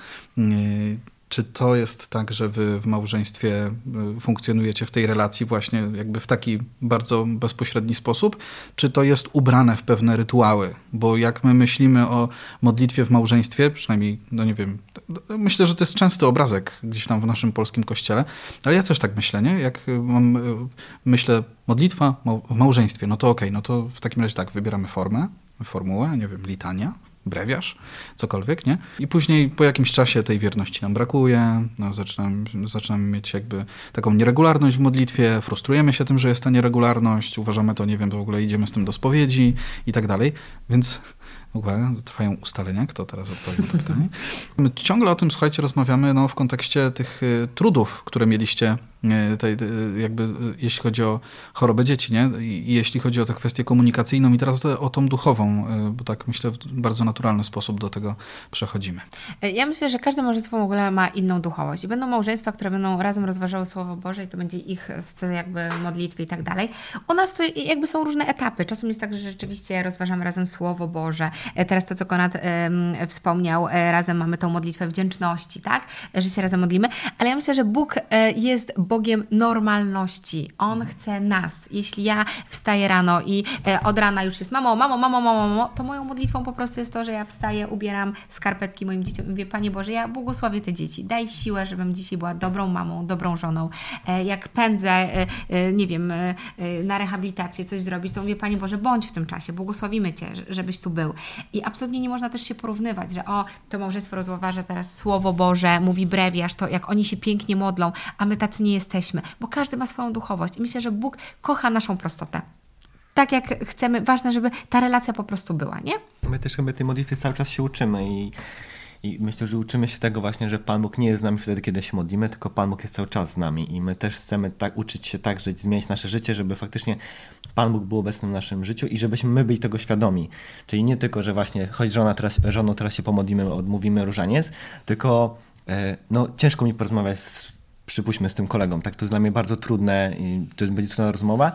Czy to jest tak, że wy w małżeństwie funkcjonujecie w tej relacji właśnie jakby w taki bardzo bezpośredni sposób? Czy to jest ubrane w pewne rytuały? Bo jak my myślimy o modlitwie w małżeństwie, przynajmniej, no nie wiem, myślę, że to jest częsty obrazek gdzieś tam w naszym polskim kościele, ale ja też tak myślę, nie? Jak mam, myślę modlitwa w małżeństwie, no to okej, okay, no to w takim razie tak, wybieramy formę, formułę, nie wiem, litania, brewiarz, cokolwiek, nie? I później po jakimś czasie tej wierności nam brakuje, no, zaczynamy, zaczynamy mieć jakby taką nieregularność w modlitwie, frustrujemy się tym, że jest ta nieregularność, uważamy to, nie wiem, w ogóle idziemy z tym do spowiedzi i tak dalej, więc uwaga, trwają ustalenia, kto teraz odpowie na to pytanie. My ciągle o tym, słuchajcie, rozmawiamy no, w kontekście tych y, trudów, które mieliście y, tej, y, jakby, y, jeśli chodzi o chorobę dzieci, nie? I, I jeśli chodzi o tę kwestię komunikacyjną i teraz o, o tą duchową, y, bo tak myślę w bardzo naturalny sposób do tego przechodzimy. Ja myślę, że każde małżeństwo w ogóle ma inną duchowość i będą małżeństwa, które będą razem rozważały Słowo Boże i to będzie ich styl jakby modlitwy i tak dalej. U nas to jakby są różne etapy. Czasem jest tak, że rzeczywiście rozważamy razem Słowo Boże. Teraz to, co Konrad um, wspomniał, razem mamy tą modlitwę wdzięczności, tak? Że się razem modlimy, ale ja myślę, że Bóg jest Bogiem normalności. On chce nas. Jeśli ja wstaję rano i od rana już jest mamo, mamo, mamo, mamo, mamo, to moją modlitwą po prostu jest to, że ja wstaję, ubieram skarpetki moim dzieciom i mówię, Panie Boże, ja błogosławię te dzieci. Daj siłę, żebym dzisiaj była dobrą mamą, dobrą żoną. Jak pędzę, nie wiem, na rehabilitację, coś zrobić, to mówię, Panie Boże, bądź w tym czasie, błogosławimy Cię, żebyś tu był. I absolutnie nie można też się porównywać, że o, to małżeństwo rozważa teraz Słowo Boże, mówi brewiarz, to jak oni się pięknie modlą, a my tacy nie jesteśmy, bo każdy ma swoją duchowość. I myślę, że Bóg kocha naszą prostotę. Tak jak chcemy, ważne, żeby ta relacja po prostu była, nie? My też chyba tej modlitwy cały czas się uczymy i I myślę, że uczymy się tego właśnie, że Pan Bóg nie jest z nami wtedy, kiedy się modlimy, tylko Pan Bóg jest cały czas z nami i my też chcemy tak uczyć się tak żyć, zmieniać nasze życie, żeby faktycznie Pan Bóg był obecny w naszym życiu i żebyśmy my byli tego świadomi. Czyli nie tylko, że właśnie choć żona teraz, żoną teraz się pomodlimy, odmówimy różaniec, tylko no, ciężko mi porozmawiać z, przypuśćmy z tym kolegą, tak, to jest dla mnie bardzo trudne i to będzie trudna rozmowa,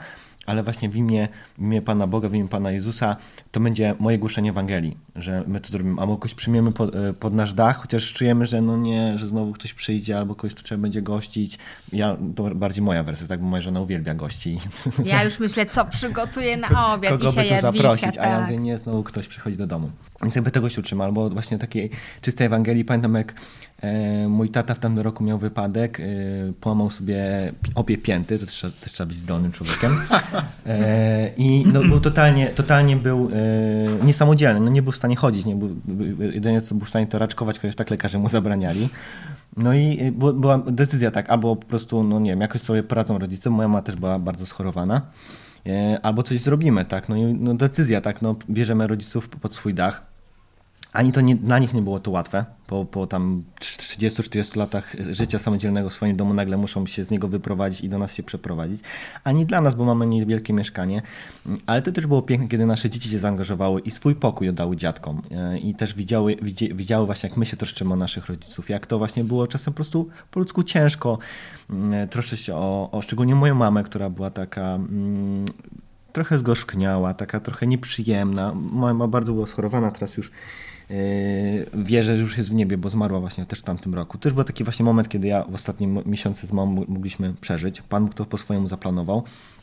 ale właśnie w imię, w imię Pana Boga, w imię Pana Jezusa, to będzie moje głoszenie Ewangelii, że my to zrobimy. Albo kogoś przyjmiemy pod, pod nasz dach, chociaż czujemy, że no nie, że znowu ktoś przyjdzie, albo kogoś tu trzeba będzie gościć. Ja, to bardziej moja wersja, tak, bo moja żona uwielbia gości. Ja już myślę, co przygotuję na obiad. Kogo dzisiaj by tu Jadwisia, zaprosić, tak. a ja mówię, nie, znowu ktoś przychodzi do domu. Więc jakby tego się uczymy, albo właśnie takiej czystej Ewangelii. Pamiętam, jak e, mój tata w tamtym roku miał wypadek, e, połamał sobie obie pięty, to też, też trzeba być zdolnym człowiekiem. E, I no, był totalnie, totalnie był e, niesamodzielny, no, nie był w stanie chodzić, nie był, jedynie co był w stanie to raczkować, chociaż tak lekarze mu zabraniali. No i była decyzja tak, albo po prostu, no nie wiem, jakoś sobie poradzą rodzice, moja mama też była bardzo schorowana, albo coś zrobimy, tak, no i no decyzja, tak, no bierzemy rodziców pod swój dach. Ani to nie, dla nich nie było to łatwe, po, po tam trzydziestu czterdziestu latach życia samodzielnego w swoim domu nagle muszą się z niego wyprowadzić i do nas się przeprowadzić. Ani dla nas, bo mamy niewielkie mieszkanie, ale to też było piękne, kiedy nasze dzieci się zaangażowały i swój pokój oddały dziadkom i też widziały, widziały właśnie, jak my się troszczymy o naszych rodziców, jak to właśnie było czasem po prostu po ludzku ciężko troszczyć się o, o szczególnie moją mamę, która była taka mm, trochę zgorzkniała, taka trochę nieprzyjemna. Moja mama bardzo była schorowana, teraz już wie, że już jest w niebie, bo zmarła właśnie też w tamtym roku. To już był taki właśnie moment, kiedy ja w ostatnim miesiącu z mamą mogliśmy przeżyć. Pan Bóg to po swojemu zaplanował.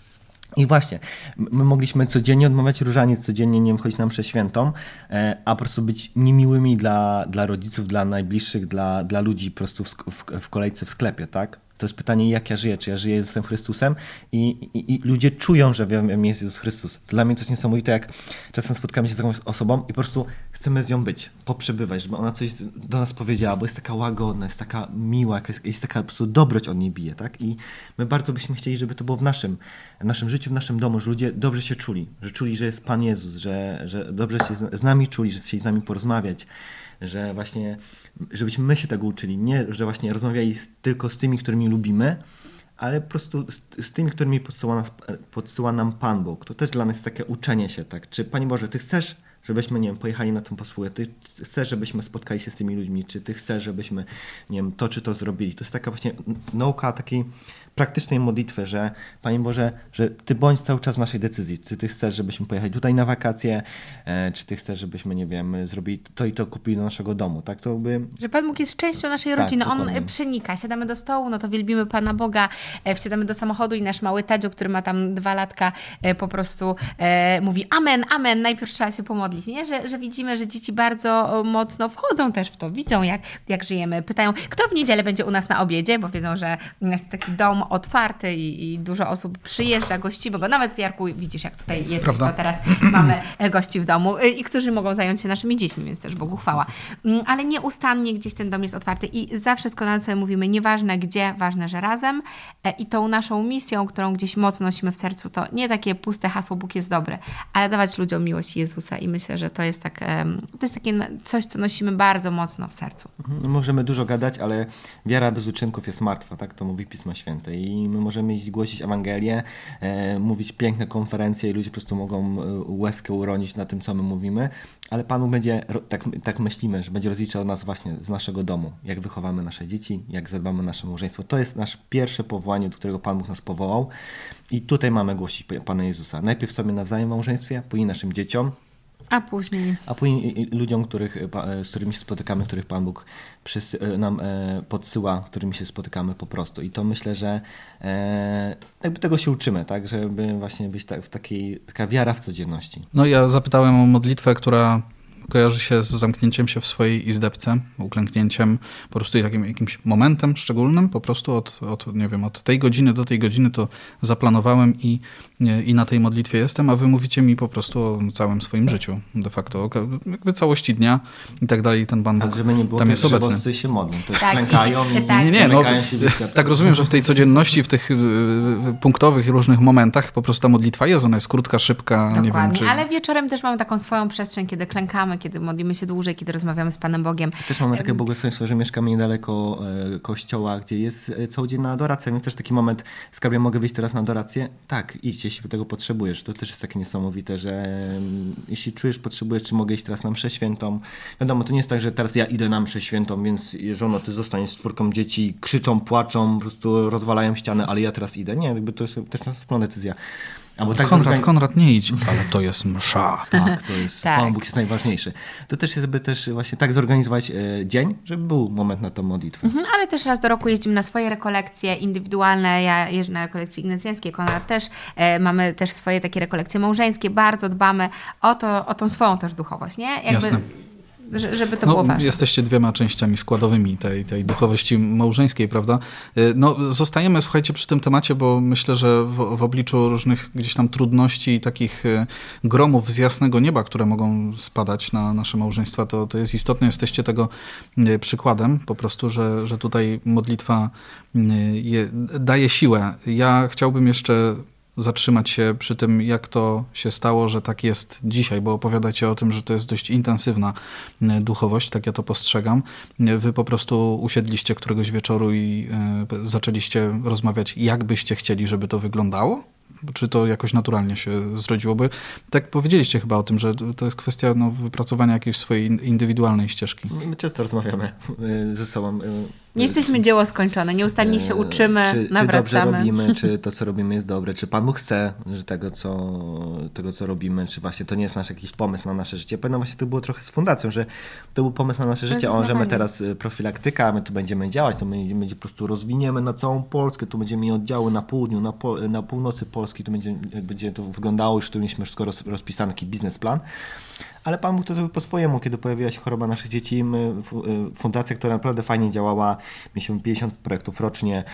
I właśnie, my mogliśmy codziennie odmawiać różaniec, codziennie nie wiem, chodzić na mszę świętą, a po prostu być niemiłymi dla, dla rodziców, dla najbliższych, dla, dla ludzi po prostu w, w, w kolejce w sklepie, tak? To jest pytanie, jak ja żyję, czy ja żyję Jezusem Chrystusem i, i, i ludzie czują, że wiem, jest Jezus Chrystus. Dla mnie to jest niesamowite, jak czasem spotkamy się z jakąś osobą i po prostu chcemy z nią być, poprzebywać, żeby ona coś do nas powiedziała, bo jest taka łagodna, jest taka miła, jest, jest taka po prostu dobroć od niej bije, tak? I my bardzo byśmy chcieli, żeby to było w naszym, w naszym życiu, w naszym domu, że ludzie dobrze się czuli, że czuli, że jest Pan Jezus, że, że dobrze się z nami czuli, że chcieli z nami porozmawiać, że właśnie, żebyśmy my się tego uczyli, nie, że właśnie rozmawiali z, tylko z tymi, którymi lubimy, ale po prostu z, z tymi, którymi podsyła, nas, podsyła nam Pan Bóg. To też dla nas jest takie uczenie się, tak? Czy Panie Boże, Ty chcesz, żebyśmy, nie wiem, pojechali na tą posługę, Ty chcesz, żebyśmy spotkali się z tymi ludźmi, czy Ty chcesz, żebyśmy, nie wiem, to czy to zrobili. To jest taka właśnie nauka takiej praktycznej modlitwy, że Panie Boże, że Ty bądź cały czas w naszej decyzji. Czy Ty chcesz, żebyśmy pojechali tutaj na wakacje, e, czy Ty chcesz, żebyśmy, nie wiem, zrobili to i to, kupili do naszego domu, tak? To by... Że Pan Bóg jest częścią naszej Tak, rodziny. On dokładnie. przenika. Siadamy do stołu, no to wielbimy Pana Boga, e, wsiadamy do samochodu i nasz mały Tadzio, który ma tam dwa latka, e, po prostu e, mówi amen, amen. Najpierw trzeba się pomodlić, nie? Że, że widzimy, że dzieci bardzo mocno wchodzą też w to, widzą jak, jak żyjemy. Pytają, kto w niedzielę będzie u nas na obiedzie, bo wiedzą, że jest taki dom otwarty i, i dużo osób przyjeżdża, gościmy go. Nawet, Jarku, widzisz, jak tutaj jesteś, Prawda? to teraz mamy gości w domu i którzy mogą zająć się naszymi dziećmi, więc też Bogu chwała. Ale nieustannie gdzieś ten dom jest otwarty i zawsze z Konradem sobie mówimy, nieważne gdzie, ważne, że razem. I tą naszą misją, którą gdzieś mocno nosimy w sercu, to nie takie puste hasło Bóg jest dobry, ale dawać ludziom miłość Jezusa i myślę, że to jest tak, to jest takie coś, co nosimy bardzo mocno w sercu. Możemy dużo gadać, ale wiara bez uczynków jest martwa, tak? To mówi Pismo Święte i my możemy iść głosić Ewangelię, e, mówić piękne konferencje i ludzie po prostu mogą łezkę uronić na tym, co my mówimy, ale Pan Bóg będzie, tak, tak myślimy, że będzie rozliczał nas właśnie z naszego domu, jak wychowamy nasze dzieci, jak zadbamy o nasze małżeństwo. To jest nasze pierwsze powołanie, do którego Pan Bóg nas powołał i tutaj mamy głosić Pana Jezusa. Najpierw sobie nawzajem w małżeństwie, później naszym dzieciom, A później... a później ludziom, których, z którymi się spotykamy, których Pan Bóg przys- nam podsyła, którymi się spotykamy po prostu. I to myślę, że jakby tego się uczymy, tak, żeby właśnie być tak, w takiej, taka wiara w codzienności. No ja zapytałem o modlitwę, która kojarzy się z zamknięciem się w swojej izdebce, uklęknięciem, po prostu takim jakimś momentem szczególnym, po prostu od, od, nie wiem, od tej godziny do tej godziny to zaplanowałem i, i na tej modlitwie jestem, a wy mówicie mi po prostu o całym swoim życiu, de facto, jakby całości dnia i tak dalej, ten Pan Bóg tak, żeby nie było tam tak, jest że obecny. wszyscy się modlą, to jest Tak, klękają i, tak. Nie, nie, no, się tak rozumiem, że w tej codzienności, w tych y, punktowych różnych momentach po prostu ta modlitwa jest, ona jest krótka, szybka, Dokładnie, nie wiem, czy... ale wieczorem też mamy taką swoją przestrzeń, kiedy klękamy, kiedy modlimy się dłużej, kiedy rozmawiamy z Panem Bogiem. Też mamy takie błogosławieństwo, że mieszkamy niedaleko e, kościoła, gdzie jest e, codzienna adoracja, więc też taki moment, skarbie, mogę wyjść teraz na adorację? Tak, idź, jeśli tego potrzebujesz. To też jest takie niesamowite, że e, jeśli czujesz, potrzebujesz, czy mogę iść teraz na mszę świętą. Wiadomo, to nie jest tak, że teraz ja idę na mszę świętą, więc żono, ty zostaniesz z czwórką dzieci, krzyczą, płaczą, po prostu rozwalają ścianę, ale ja teraz idę. Nie, jakby to jest też nasza wspólna decyzja. Albo tak Konrad, zorgan- Konrad, nie idź, ale to jest msza. Tak, to jest, Tak. Pan Bóg jest najważniejszy. To też jest, żeby też właśnie tak zorganizować e, dzień, żeby był moment na tą modlitwę. Mhm, ale też raz do roku jeździmy na swoje rekolekcje indywidualne. Ja jeżdżę na rekolekcje ignacjańskie, Konrad też. E, mamy też swoje takie rekolekcje małżeńskie. Bardzo dbamy o, to, o tą swoją też duchowość, nie? Jakby, Jasne. że- żeby to No, było ważne. jesteście dwiema częściami składowymi tej, tej duchowości małżeńskiej, prawda? Y, No, zostajemy, słuchajcie, przy tym temacie, bo myślę, że w, w obliczu różnych gdzieś tam trudności i takich y, gromów z jasnego nieba, które mogą spadać na nasze małżeństwa, to, to jest istotne. Jesteście tego y, przykładem po prostu, że, że tutaj modlitwa y, je, daje siłę. Ja chciałbym jeszcze zatrzymać się przy tym, jak to się stało, że tak jest dzisiaj, bo opowiadacie o tym, że to jest dość intensywna e, duchowość, tak ja to postrzegam. E, Wy po prostu usiedliście któregoś wieczoru i e, zaczęliście rozmawiać, jak byście chcieli, żeby to wyglądało? Czy to jakoś naturalnie się zrodziło? Bo tak powiedzieliście chyba o tym, że to jest kwestia no, wypracowania jakiejś swojej in- indywidualnej ścieżki. My często rozmawiamy y, ze sobą. y, Nie jesteśmy dzieło skończone, nieustannie się uczymy, czy, czy nawracamy. dobrze robimy, czy to, co robimy, jest dobre, czy Pan Bóg chce, że tego co, tego, co robimy, czy właśnie to nie jest nasz jakiś pomysł na nasze życie. Pewno właśnie to było trochę z fundacją, że to był pomysł na nasze życie, o, że my teraz y, profilaktyka, my tu będziemy działać, to my będzie po prostu rozwiniemy na całą Polskę, tu będziemy mieli oddziały na południu, na, po, na północy Polski, tu będzie, będzie to wyglądało, już tu mieliśmy wszystko roz, rozpisany taki biznesplan. Ale Pan Bóg to zrobił po swojemu, kiedy pojawiła się choroba naszych dzieci. My, fundacja, która naprawdę fajnie działała, mieliśmy pięćdziesiąt projektów rocznie.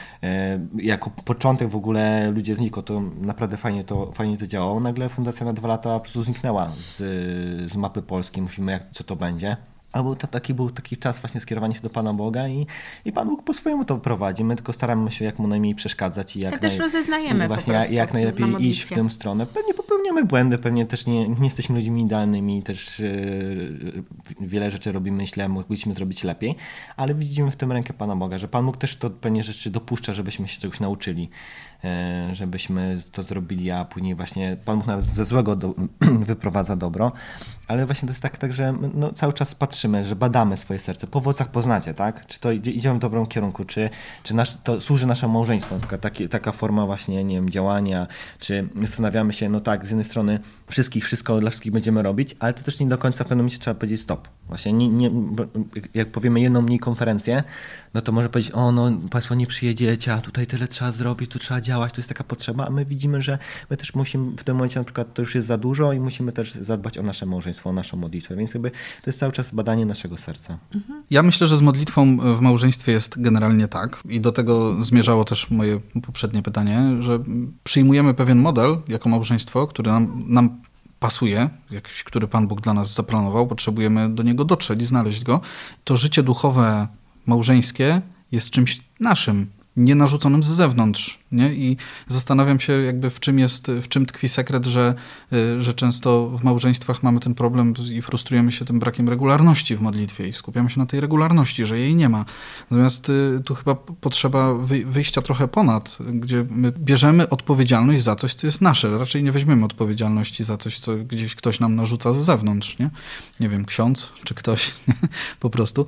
Jako początek w ogóle ludzie znikło, to naprawdę fajnie to, fajnie to działało. Nagle fundacja na dwa lata po prostu zniknęła z, z mapy Polski. Myślimy, jak, co to będzie. Albo to taki był taki czas właśnie skierowania się do Pana Boga i, i Pan Bóg po swojemu to prowadzi. My tylko staramy się jak mu najmniej przeszkadzać i jak, Ale też naj, rozeznajemy i właśnie po prostu jak najlepiej na iść modlitwie. w tę stronę. Pewnie popełniamy błędy, pewnie też nie, nie jesteśmy ludźmi idealnymi, też yy, wiele rzeczy robimy źle, mogliśmy zrobić lepiej, ale widzimy w tym rękę Pana Boga, że Pan Bóg też to pewnie rzeczy dopuszcza, żebyśmy się czegoś nauczyli, yy, żebyśmy to zrobili, a później właśnie Pan Bóg nawet ze złego do, wyprowadza dobro, ale właśnie to jest tak, tak że no, cały czas patrzymy, że badamy swoje serce. Po owocach poznacie, tak? Czy to idzie, idziemy w dobrym kierunku, czy, czy nasz, to służy naszemu małżeństwu, na przykład taki, taka forma właśnie, nie wiem, działania, czy zastanawiamy się, no tak, z jednej strony wszystkich, wszystko dla wszystkich będziemy robić, ale to też nie do końca w pewnym momencie trzeba powiedzieć stop. Właśnie nie, nie, jak powiemy jedną mniej konferencję, no to może powiedzieć, o no Państwo nie przyjedziecie, a tutaj tyle trzeba zrobić, tu trzeba działać, tu jest taka potrzeba, a my widzimy, że my też musimy, w tym momencie na przykład to już jest za dużo i musimy też zadbać o nasze małżeństwo, o naszą modlitwę, więc jakby to jest cały czas badanie naszego serca. Ja myślę, że z modlitwą w małżeństwie jest generalnie tak i do tego zmierzało też moje poprzednie pytanie, że przyjmujemy pewien model jako małżeństwo, który nam, nam pasuje, jakiś, który Pan Bóg dla nas zaplanował, potrzebujemy do niego dotrzeć i znaleźć go. To życie duchowe, małżeńskie jest czymś naszym, nie narzuconym z zewnątrz. Nie? I zastanawiam się jakby w czym jest, w czym tkwi sekret, że, że często w małżeństwach mamy ten problem i frustrujemy się tym brakiem regularności w modlitwie i skupiamy się na tej regularności, że jej nie ma. Natomiast tu chyba potrzeba wyjścia trochę ponad, gdzie my bierzemy odpowiedzialność za coś, co jest nasze. Raczej nie weźmiemy odpowiedzialności za coś, co gdzieś ktoś nam narzuca z zewnątrz. Nie, nie wiem, ksiądz czy ktoś po prostu.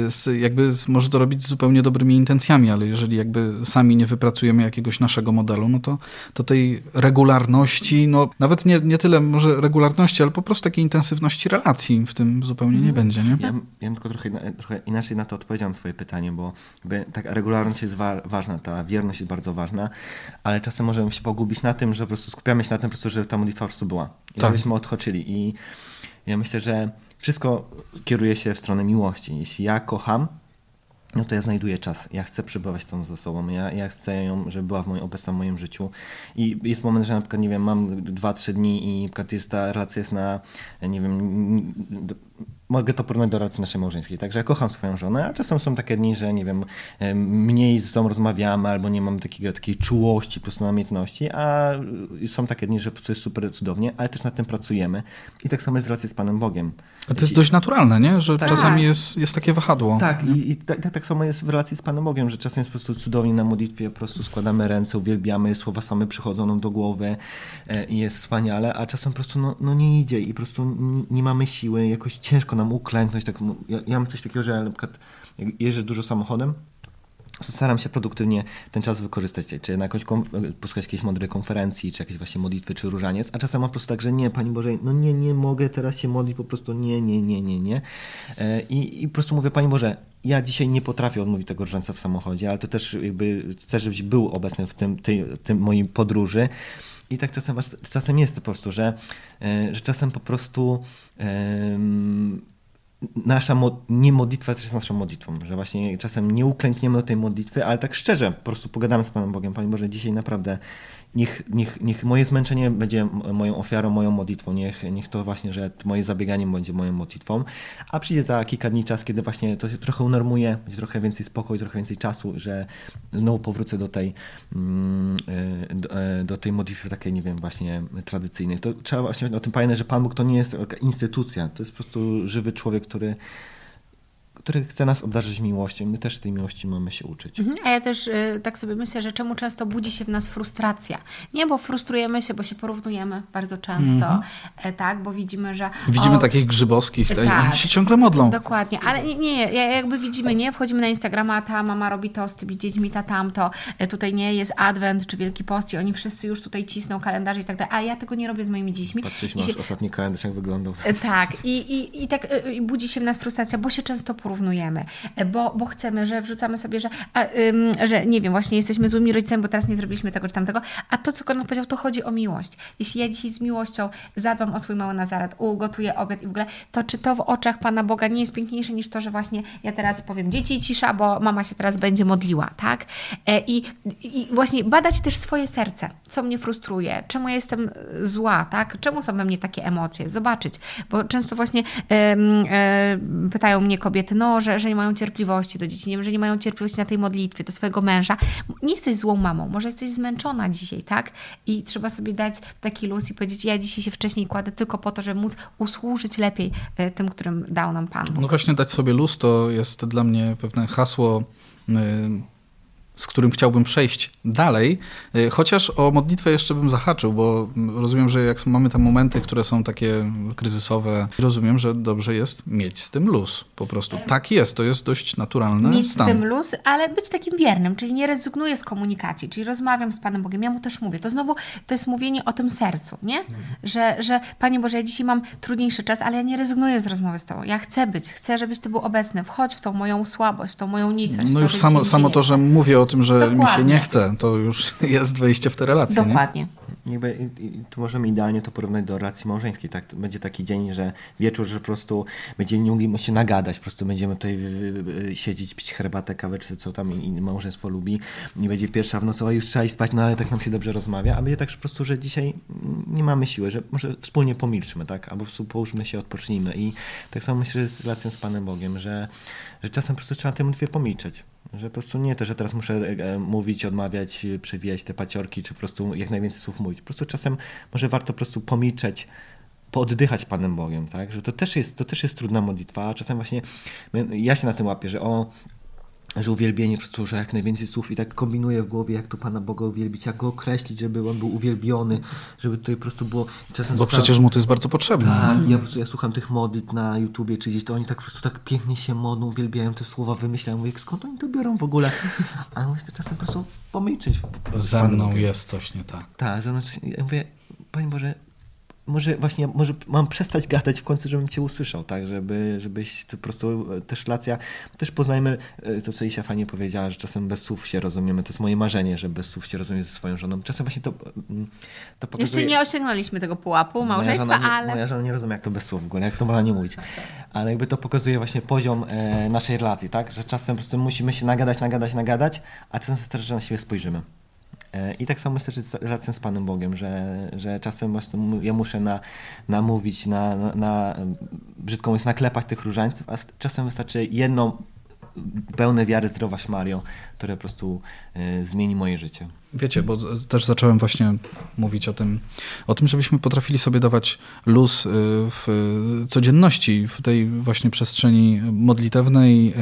Jakby może to robić z zupełnie dobrymi intencjami, ale jeżeli jakby sami nie wypracujemy jakiegoś naszego modelu, no to, to tej regularności, no nawet nie, nie tyle może regularności, ale po prostu takiej intensywności relacji w tym zupełnie nie będzie, nie? Ja, ja bym tylko trochę, trochę inaczej na to odpowiedział na twoje pytanie, bo taka regularność jest wa- ważna, ta wierność jest bardzo ważna, ale czasem możemy się pogubić na tym, że po prostu skupiamy się na tym, po prostu, żeby ta modlitwa po prostu była. I tak. żebyśmy odchodzili. I ja myślę, że wszystko kieruje się w stronę miłości. Jeśli ja kocham, no to ja znajduję czas. Ja chcę przebywać z tą ze sobą. Ja, ja chcę ją, żeby była w moim, obecna w moim życiu. I jest moment, że na przykład, nie wiem, mam dwa, trzy dni i na przykład jest ta relacja jest na, nie wiem, mogę to porównać do relacji naszej małżeńskiej. Także ja kocham swoją żonę, a czasem są takie dni, że nie wiem, mniej z sobą rozmawiamy albo nie mam takiego, takiej czułości, po prostu namiętności, a są takie dni, że po prostu jest super cudownie, ale też nad tym pracujemy. I tak samo jest z relacji z Panem Bogiem. A to jest dość naturalne, nie? Że tak. czasami jest, jest takie wahadło. Tak, i, i tak, tak samo jest w relacji z Panem Bogiem, że czasem jest po prostu cudownie na modlitwie, po prostu składamy ręce, uwielbiamy, słowa same przychodzą nam do głowy e, i jest wspaniale, a czasem po prostu no, no nie idzie i po prostu nie, nie mamy siły, jakoś ciężko nam uklęknąć. Tak, ja, ja mam coś takiego, że na przykład jak jeżdżę dużo samochodem, staram się produktywnie ten czas wykorzystać, czy na jakąś konf- posłuchać jakiejś mądrej konferencji, czy jakieś właśnie modlitwy, czy różaniec, a czasem mam po prostu tak, że nie, Pani Boże, no nie, nie mogę teraz się modlić, po prostu nie, nie, nie, nie, nie. I, i po prostu mówię, Pani Boże, ja dzisiaj nie potrafię odmówić tego różańca w samochodzie, ale to też jakby chcę, żebyś był obecny w tym, tej, tym moim podróży. I tak czasem, czasem jest po prostu, że, że czasem po prostu um, nasza mo- nie modlitwa też jest naszą modlitwą, że właśnie czasem nie uklękniemy do tej modlitwy, ale tak szczerze po prostu pogadamy z Panem Bogiem. Panie Boże, dzisiaj naprawdę niech, niech, niech moje zmęczenie będzie moją ofiarą, moją modlitwą, niech, niech to właśnie, że moje zabieganie będzie moją modlitwą, a przyjdzie za kilka dni czas, kiedy właśnie to się trochę unormuje, będzie trochę więcej spokoju, trochę więcej czasu, że znowu powrócę do tej, do, do tej modlitwy takiej, nie wiem, właśnie tradycyjnej. To trzeba właśnie o tym pamiętać, że Pan Bóg to nie jest instytucja, to jest po prostu żywy człowiek, który który chce nas obdarzyć miłością. My też tej miłości mamy się uczyć. Mhm. A ja też y, tak sobie myślę, że czemu często budzi się w nas frustracja. Nie, bo frustrujemy się, bo się porównujemy bardzo często, mm-hmm. e, tak, bo widzimy, że... Widzimy o, takich grzybowskich, tak, tak, oni się ciągle modlą. Dokładnie, ale nie, nie, jakby widzimy, nie, wchodzimy na Instagrama, a ta mama robi to z tymi dziećmi, ta tamto, e, tutaj nie, jest Adwent czy Wielki Post i oni wszyscy już tutaj cisną kalendarze i tak dalej, a ja tego nie robię z moimi dziećmi. Patrzyliśmy, się... aż ostatni kalendarz jak wyglądał. E, tak, i, i, i tak e, budzi się w nas frustracja, bo się często porównujemy. Bo, bo chcemy, że wrzucamy sobie, że, a, ym, że nie wiem, właśnie jesteśmy złymi rodzicami, bo teraz nie zrobiliśmy tego czy tamtego, a to, co Konrad powiedział, to chodzi o miłość. Jeśli ja dzisiaj z miłością zadbam o swój mały Nazaret, ugotuję obiad i w ogóle, to czy to w oczach Pana Boga nie jest piękniejsze niż to, że właśnie ja teraz powiem dzieci cisza, bo mama się teraz będzie modliła, tak? E, i, I właśnie badać też swoje serce, co mnie frustruje, czemu ja jestem zła, tak? Czemu są we mnie takie emocje? Zobaczyć, bo często właśnie ym, y, pytają mnie kobiety, no, że, że nie mają cierpliwości do dzieci, nie wiem, że nie mają cierpliwości na tej modlitwie, do swojego męża. Nie jesteś złą mamą, może jesteś zmęczona dzisiaj, tak? I trzeba sobie dać taki luz i powiedzieć, ja dzisiaj się wcześniej kładę tylko po to, żeby móc usłużyć lepiej tym, którym dał nam Pan Bóg. No właśnie dać sobie luz to jest dla mnie pewne hasło, z którym chciałbym przejść dalej, chociaż o modlitwę jeszcze bym zahaczył, bo rozumiem, że jak mamy tam momenty, które są takie kryzysowe, rozumiem, że dobrze jest mieć z tym luz. Po prostu tak jest, to jest dość naturalny mieć stan. Mieć z tym luz, ale być takim wiernym, czyli nie rezygnuję z komunikacji, czyli rozmawiam z Panem Bogiem, ja Mu też mówię. To znowu to jest mówienie o tym sercu, nie? Mhm. Że, że Panie Boże, ja dzisiaj mam trudniejszy czas, ale ja nie rezygnuję z rozmowy z Tobą. Ja chcę być, chcę, żebyś Ty był obecny. Wchodź w tą moją słabość, w tą moją nicość. No to, już samo, samo to, że mówię o tym, że Dokładnie. mi się nie chce, to już jest wejście w te relacje. Dokładnie. Nie? Jakby, tu możemy idealnie to porównać do relacji małżeńskiej. Tak? Będzie taki dzień, że wieczór, że po prostu będziemy nie mogli się nagadać, po prostu będziemy tutaj siedzieć, pić herbatę, kawę, czy co tam i małżeństwo lubi. Nie będzie pierwsza w nocy, ale już trzeba iść spać, no ale tak nam się dobrze rozmawia. A będzie tak, że po prostu, że dzisiaj nie mamy siły, że może wspólnie pomilczmy, tak? Albo po prostu połóżmy się, odpocznijmy. I tak samo myślę, że z relacją z Panem Bogiem, że, że czasem po prostu trzeba tej modlitwie pomilczeć. Że po prostu nie to, że teraz muszę e, mówić, odmawiać, przewijać te paciorki, czy po prostu jak najwięcej słów mówić. Po prostu czasem może warto po prostu pomilczeć, pooddychać Panem Bogiem, tak? Że to też jest, to też jest trudna modlitwa, a czasem właśnie ja się na tym łapię, że o że uwielbienie po prostu, że jak najwięcej słów i tak kombinuję w głowie, jak tu Pana Boga uwielbić, jak Go określić, żeby On był uwielbiony, żeby tutaj po prostu było... Czasem Bo przecież Mu to jest bardzo potrzebne. Tak, ja po prostu ja słucham tych modlitw na YouTubie czy gdzieś, to oni tak po prostu tak pięknie się modlą, uwielbiają te słowa, wymyślają, mówię, skąd oni to biorą w ogóle? A ja mówię, czasem po prostu pomilczeć. Ze mną jest coś nie tak. Tak, ze mną coś, ja mówię, Panie Boże, może właśnie, może mam przestać gadać w końcu, żebym Cię usłyszał, tak, żeby, żebyś po prostu też relacja, też poznajmy to, co Isia fajnie powiedziała, że czasem bez słów się rozumiemy, to jest moje marzenie, że bez słów się rozumiem ze swoją żoną. Czasem właśnie to, to pokazuje... Jeszcze nie osiągnęliśmy tego pułapu małżeństwa, moja żona, ale... Moja żona nie rozumie, jak to bez słów w ogóle, jak to można nie mówić, ale jakby to pokazuje właśnie poziom e, naszej relacji, tak, że czasem po prostu musimy się nagadać, nagadać, nagadać, a czasem wystarczy, że na siebie spojrzymy. I tak samo myślę, że z relacją z Panem Bogiem, że, że czasem ja muszę na, namówić, na, na, na brzydko mówiąc, naklepać tych różańców, a czasem wystarczy jedno pełne wiary zdrowaś Mario, które po prostu y, zmieni moje życie. Wiecie, bo też zacząłem właśnie mówić o tym, o tym, żebyśmy potrafili sobie dawać luz w codzienności, w tej właśnie przestrzeni modlitewnej,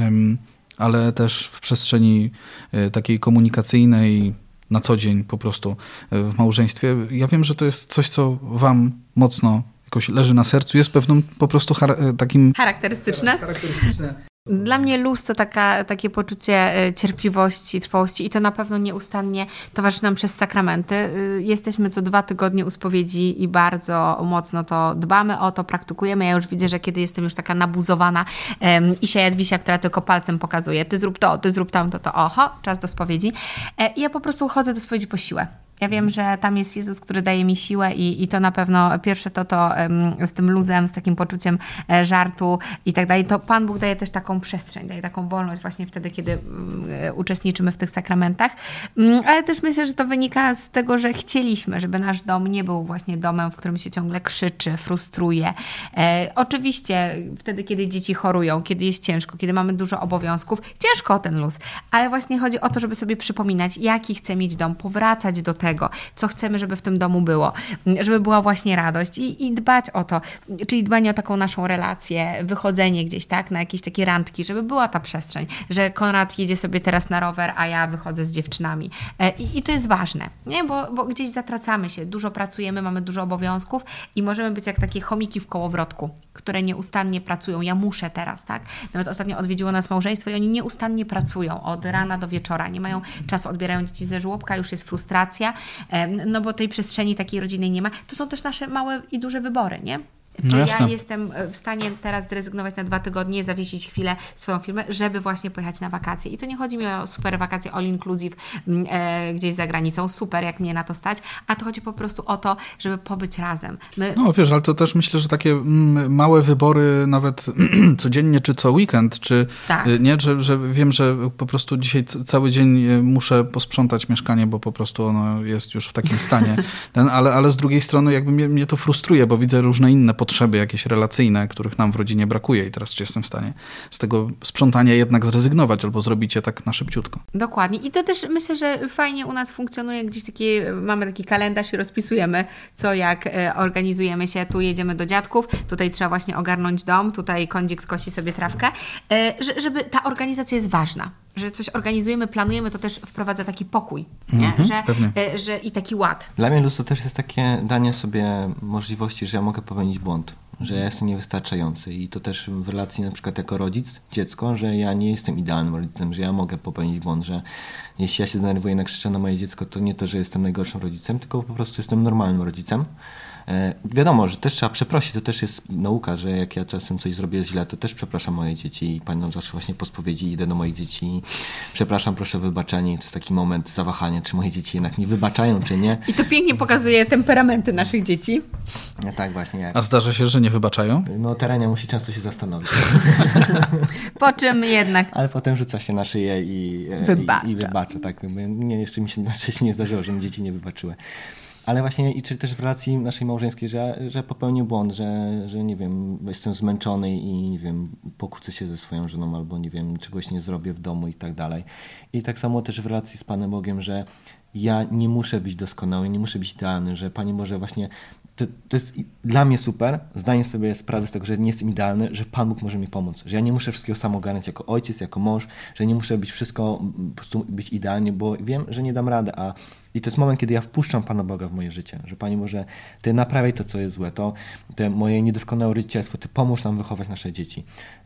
ale też w przestrzeni takiej komunikacyjnej, na co dzień po prostu w małżeństwie. Ja wiem, że to jest coś, co wam mocno jakoś leży na sercu, jest pewną po prostu char- takim... Charakterystyczne. Charakterystyczne. Dla mnie luz to taka, takie poczucie cierpliwości, trwałości i to na pewno nieustannie towarzyszy nam przez sakramenty. Jesteśmy co dwa tygodnie u spowiedzi i bardzo mocno to dbamy o to, praktykujemy. Ja już widzę, że kiedy jestem już taka nabuzowana um, Isia Jadwisia, która tylko palcem pokazuje, ty zrób to, ty zrób tamto, to oho, czas do spowiedzi. I ja po prostu chodzę do spowiedzi po siłę. Ja wiem, że tam jest Jezus, który daje mi siłę i, i to na pewno pierwsze to, to um, z tym luzem, z takim poczuciem e, żartu i tak dalej, to Pan Bóg daje też taką przestrzeń, daje taką wolność właśnie wtedy, kiedy um, uczestniczymy w tych sakramentach, um, ale też myślę, że to wynika z tego, że chcieliśmy, żeby nasz dom nie był właśnie domem, w którym się ciągle krzyczy, frustruje. E, oczywiście wtedy, kiedy dzieci chorują, kiedy jest ciężko, kiedy mamy dużo obowiązków, ciężko o ten luz, ale właśnie chodzi o to, żeby sobie przypominać, jaki chcę mieć dom, powracać do tego, tego, co chcemy, żeby w tym domu było, żeby była właśnie radość i, i dbać o to, czyli dbanie o taką naszą relację, wychodzenie gdzieś, tak, na jakieś takie randki, żeby była ta przestrzeń, że Konrad jedzie sobie teraz na rower, a ja wychodzę z dziewczynami. I, i to jest ważne, nie? Bo, bo gdzieś zatracamy się, dużo pracujemy, mamy dużo obowiązków i możemy być jak takie chomiki w kołowrotku, które nieustannie pracują. Ja muszę teraz, tak? Nawet ostatnio odwiedziło nas małżeństwo i oni nieustannie pracują od rana do wieczora. Nie mają czasu, odbierają dzieci ze żłobka, już jest frustracja, no bo tej przestrzeni takiej rodzinnej nie ma. To są też nasze małe i duże wybory, nie? Czy no ja jestem w stanie teraz zrezygnować na dwa tygodnie, zawiesić chwilę swoją firmę, żeby właśnie pojechać na wakacje. I to nie chodzi mi o super wakacje all inclusive e, gdzieś za granicą, super, jak mnie na to stać, a to chodzi po prostu o to, żeby pobyć razem. My... No wiesz, ale to też myślę, że takie mm, małe wybory nawet codziennie, czy co weekend, czy tak. nie, że, że wiem, że po prostu dzisiaj c- cały dzień muszę posprzątać mieszkanie, bo po prostu ono jest już w takim stanie. Ten, ale, ale z drugiej strony jakby mnie, mnie to frustruje, bo widzę różne inne potrzeby, potrzeby jakieś relacyjne, których nam w rodzinie brakuje i teraz czy jestem w stanie z tego sprzątania jednak zrezygnować albo zrobić je tak na szybciutko. Dokładnie. I to też myślę, że fajnie u nas funkcjonuje gdzieś taki, mamy taki kalendarz i rozpisujemy co jak e, organizujemy się. Tu jedziemy do dziadków, tutaj trzeba właśnie ogarnąć dom, tutaj kądzik skosi sobie trawkę, e, że, żeby ta organizacja jest ważna. Że coś organizujemy, planujemy, to też wprowadza taki pokój, nie? Mm-hmm, że, e, że i taki ład. Dla mnie luz to też jest takie danie sobie możliwości, że ja mogę popełnić błąd, że ja jestem niewystarczający i to też w relacji na przykład jako rodzic, dziecko, że ja nie jestem idealnym rodzicem, że ja mogę popełnić błąd, że jeśli ja się zdenerwuję i nakrzyczę na moje dziecko, to nie to, że jestem najgorszym rodzicem, tylko po prostu jestem normalnym rodzicem. E, wiadomo, że też trzeba przeprosić, to też jest nauka, że jak ja czasem coś zrobię źle, to też przepraszam moje dzieci i Pani nam zawsze właśnie po spowiedzi idę do moich dzieci i przepraszam, proszę o wybaczenie i to jest taki moment zawahania, czy moje dzieci jednak mi wybaczają, czy nie. I to pięknie pokazuje temperamenty naszych dzieci. Ja, tak właśnie. Jak... A zdarza się, że nie wybaczają? No Terenia musi często się zastanowić. Po czym jednak... Ale potem rzuca się na szyję i wybacza. I, i wybacza tak. Nie, jeszcze mi się na szczęście nie zdarzyło, że mi dzieci nie wybaczyły. Ale właśnie i czy też w relacji naszej małżeńskiej, że, że popełnię błąd, że, że nie wiem, jestem zmęczony i nie wiem, pokłócę się ze swoją żoną albo nie wiem, czegoś nie zrobię w domu i tak dalej. I tak samo też w relacji z Panem Bogiem, że ja nie muszę być doskonały, nie muszę być idealny, że Panie Boże właśnie to, to jest dla mnie super, zdaję sobie sprawę z tego, że nie jestem idealny, że Pan Bóg może mi pomóc, że ja nie muszę wszystkiego sam ogarnąć jako ojciec, jako mąż, że nie muszę być wszystko, po prostu być idealnie, bo wiem, że nie dam rady, a i to jest moment, kiedy ja wpuszczam Pana Boga w moje życie, że Panie Boże, Ty naprawiaj to, co jest złe, to te moje niedoskonałe rodzicielstwo, Ty pomóż nam wychować nasze dzieci.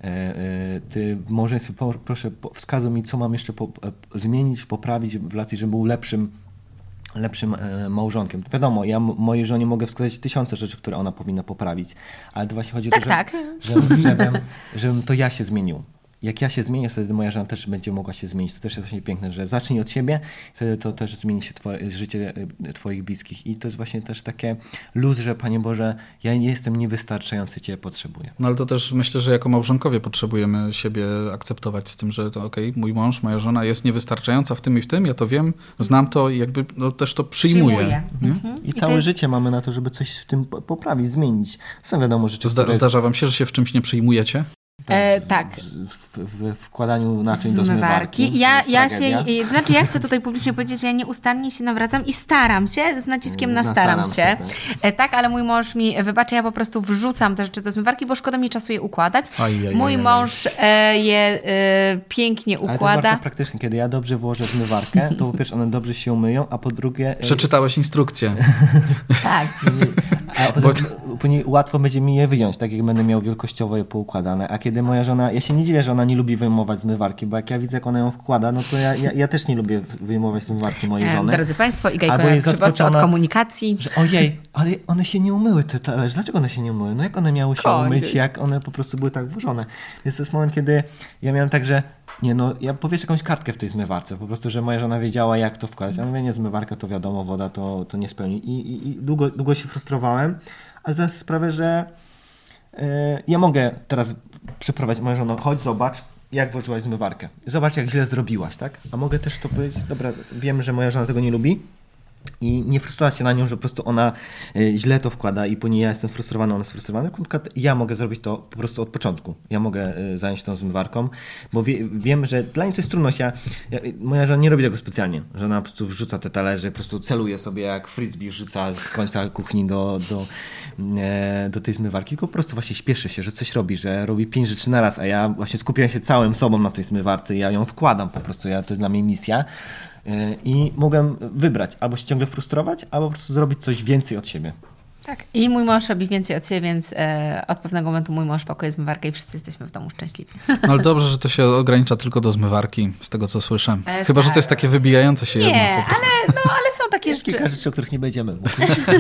Ty w małżeństwie, proszę, wskazuj mi, co mam jeszcze po, zmienić, poprawić w relacji, żeby był lepszym lepszym e, małżonkiem. Wiadomo, ja m- mojej żonie mogę wskazać tysiące rzeczy, które ona powinna poprawić, ale to właśnie chodzi tak, o to, tak. że, żebym, żebym, żebym to ja się zmienił. Jak ja się zmienię, wtedy moja żona też będzie mogła się zmienić. To też jest właśnie piękne, że zacznij od siebie, wtedy to też zmieni się twoje, życie Twoich bliskich. I to jest właśnie też takie luz, że Panie Boże, ja nie jestem niewystarczający, Cię potrzebuję. No ale to też myślę, że jako małżonkowie potrzebujemy siebie akceptować z tym, że to okej, okay, mój mąż, moja żona jest niewystarczająca w tym i w tym, ja to wiem, znam to i jakby no, też to przyjmuję. przyjmuję. Mhm. I, I całe ty... życie mamy na to, żeby coś w tym poprawić, zmienić. Są wiadomo rzeczy, Zda- które... Zdarza wam się, że się w czymś nie przyjmujecie? E, tak. W, w wkładaniu naczyń do zmywarki. Ja, ja się, to znaczy ja chcę tutaj publicznie powiedzieć, że ja nieustannie się nawracam i staram się, z naciskiem na staram się. się tak. tak, ale mój mąż mi wybacza, ja po prostu wrzucam te rzeczy do zmywarki, bo szkoda mi czasu je układać. Aj, aj, mój aj, aj, mąż e, je e, pięknie układa. Ale to jest bardzo praktycznie. Kiedy ja dobrze włożę zmywarkę, to po pierwsze one dobrze się umyją, a po drugie... Przeczytałeś instrukcję. tak. A potem, później łatwo będzie mi je wyjąć, tak jak będę miał wielkościowo je poukładane. A kiedy moja żona, ja się nie dziwię, że ona nie lubi wyjmować zmywarki, bo jak ja widzę, jak ona ją wkłada, no to ja, ja, ja też nie lubię wyjmować zmywarki mojej żony. E, drodzy Państwo, Iga i Grzybocy od komunikacji. Że ojej, ale one się nie umyły, te talerze. Dlaczego one się nie umyły? No jak one miały się Kończysz. umyć, jak one po prostu były tak włożone. Więc to jest moment, kiedy ja miałem tak, że nie no, ja powiesz jakąś kartkę w tej zmywarce, po prostu, że moja żona wiedziała, jak to wkładać. Ja mówię, nie, zmywarka to wiadomo, woda to, to nie spełni. I, i, i długo, długo się frustrowałem, ale zdałem sobie sprawę, że yy, ja mogę teraz przeprowadzić moją żonę, chodź zobacz, jak włożyłaś zmywarkę. Zobacz, jak źle zrobiłaś, tak? A mogę też to powiedzieć, dobra, wiem, że moja żona tego nie lubi, i nie frustrować się na nią, że po prostu ona y, źle to wkłada i później ja jestem frustrowany, ona jest frustrowana. Ja mogę zrobić to po prostu od początku. Ja mogę y, zająć się tą zmywarką, bo wie, wiem, że dla niej to jest trudność. Ja, ja, moja żona nie robi tego specjalnie, że ona po prostu wrzuca te talerze, po prostu celuje sobie jak frisbee, rzuca z końca kuchni do, do, e, do tej zmywarki, tylko po prostu właśnie śpieszy się, że coś robi, że robi pięć rzeczy na raz, a ja właśnie skupiam się całym sobą na tej zmywarce i ja ją wkładam po prostu, ja, to jest dla mnie misja. I mogłem wybrać, albo się ciągle frustrować, albo po prostu zrobić coś więcej od siebie. Tak. I mój mąż robi więcej od siebie, więc e, od pewnego momentu mój mąż pakuje zmywarkę i wszyscy jesteśmy w domu szczęśliwi. No ale dobrze, że to się ogranicza tylko do zmywarki, z tego co słyszę. E, Chyba, tak. że to jest takie wybijające się nie, jedno po prostu. ale, no, ale są takie Jest rzeczy, kilka rzeczy, o których nie będziemy mówić.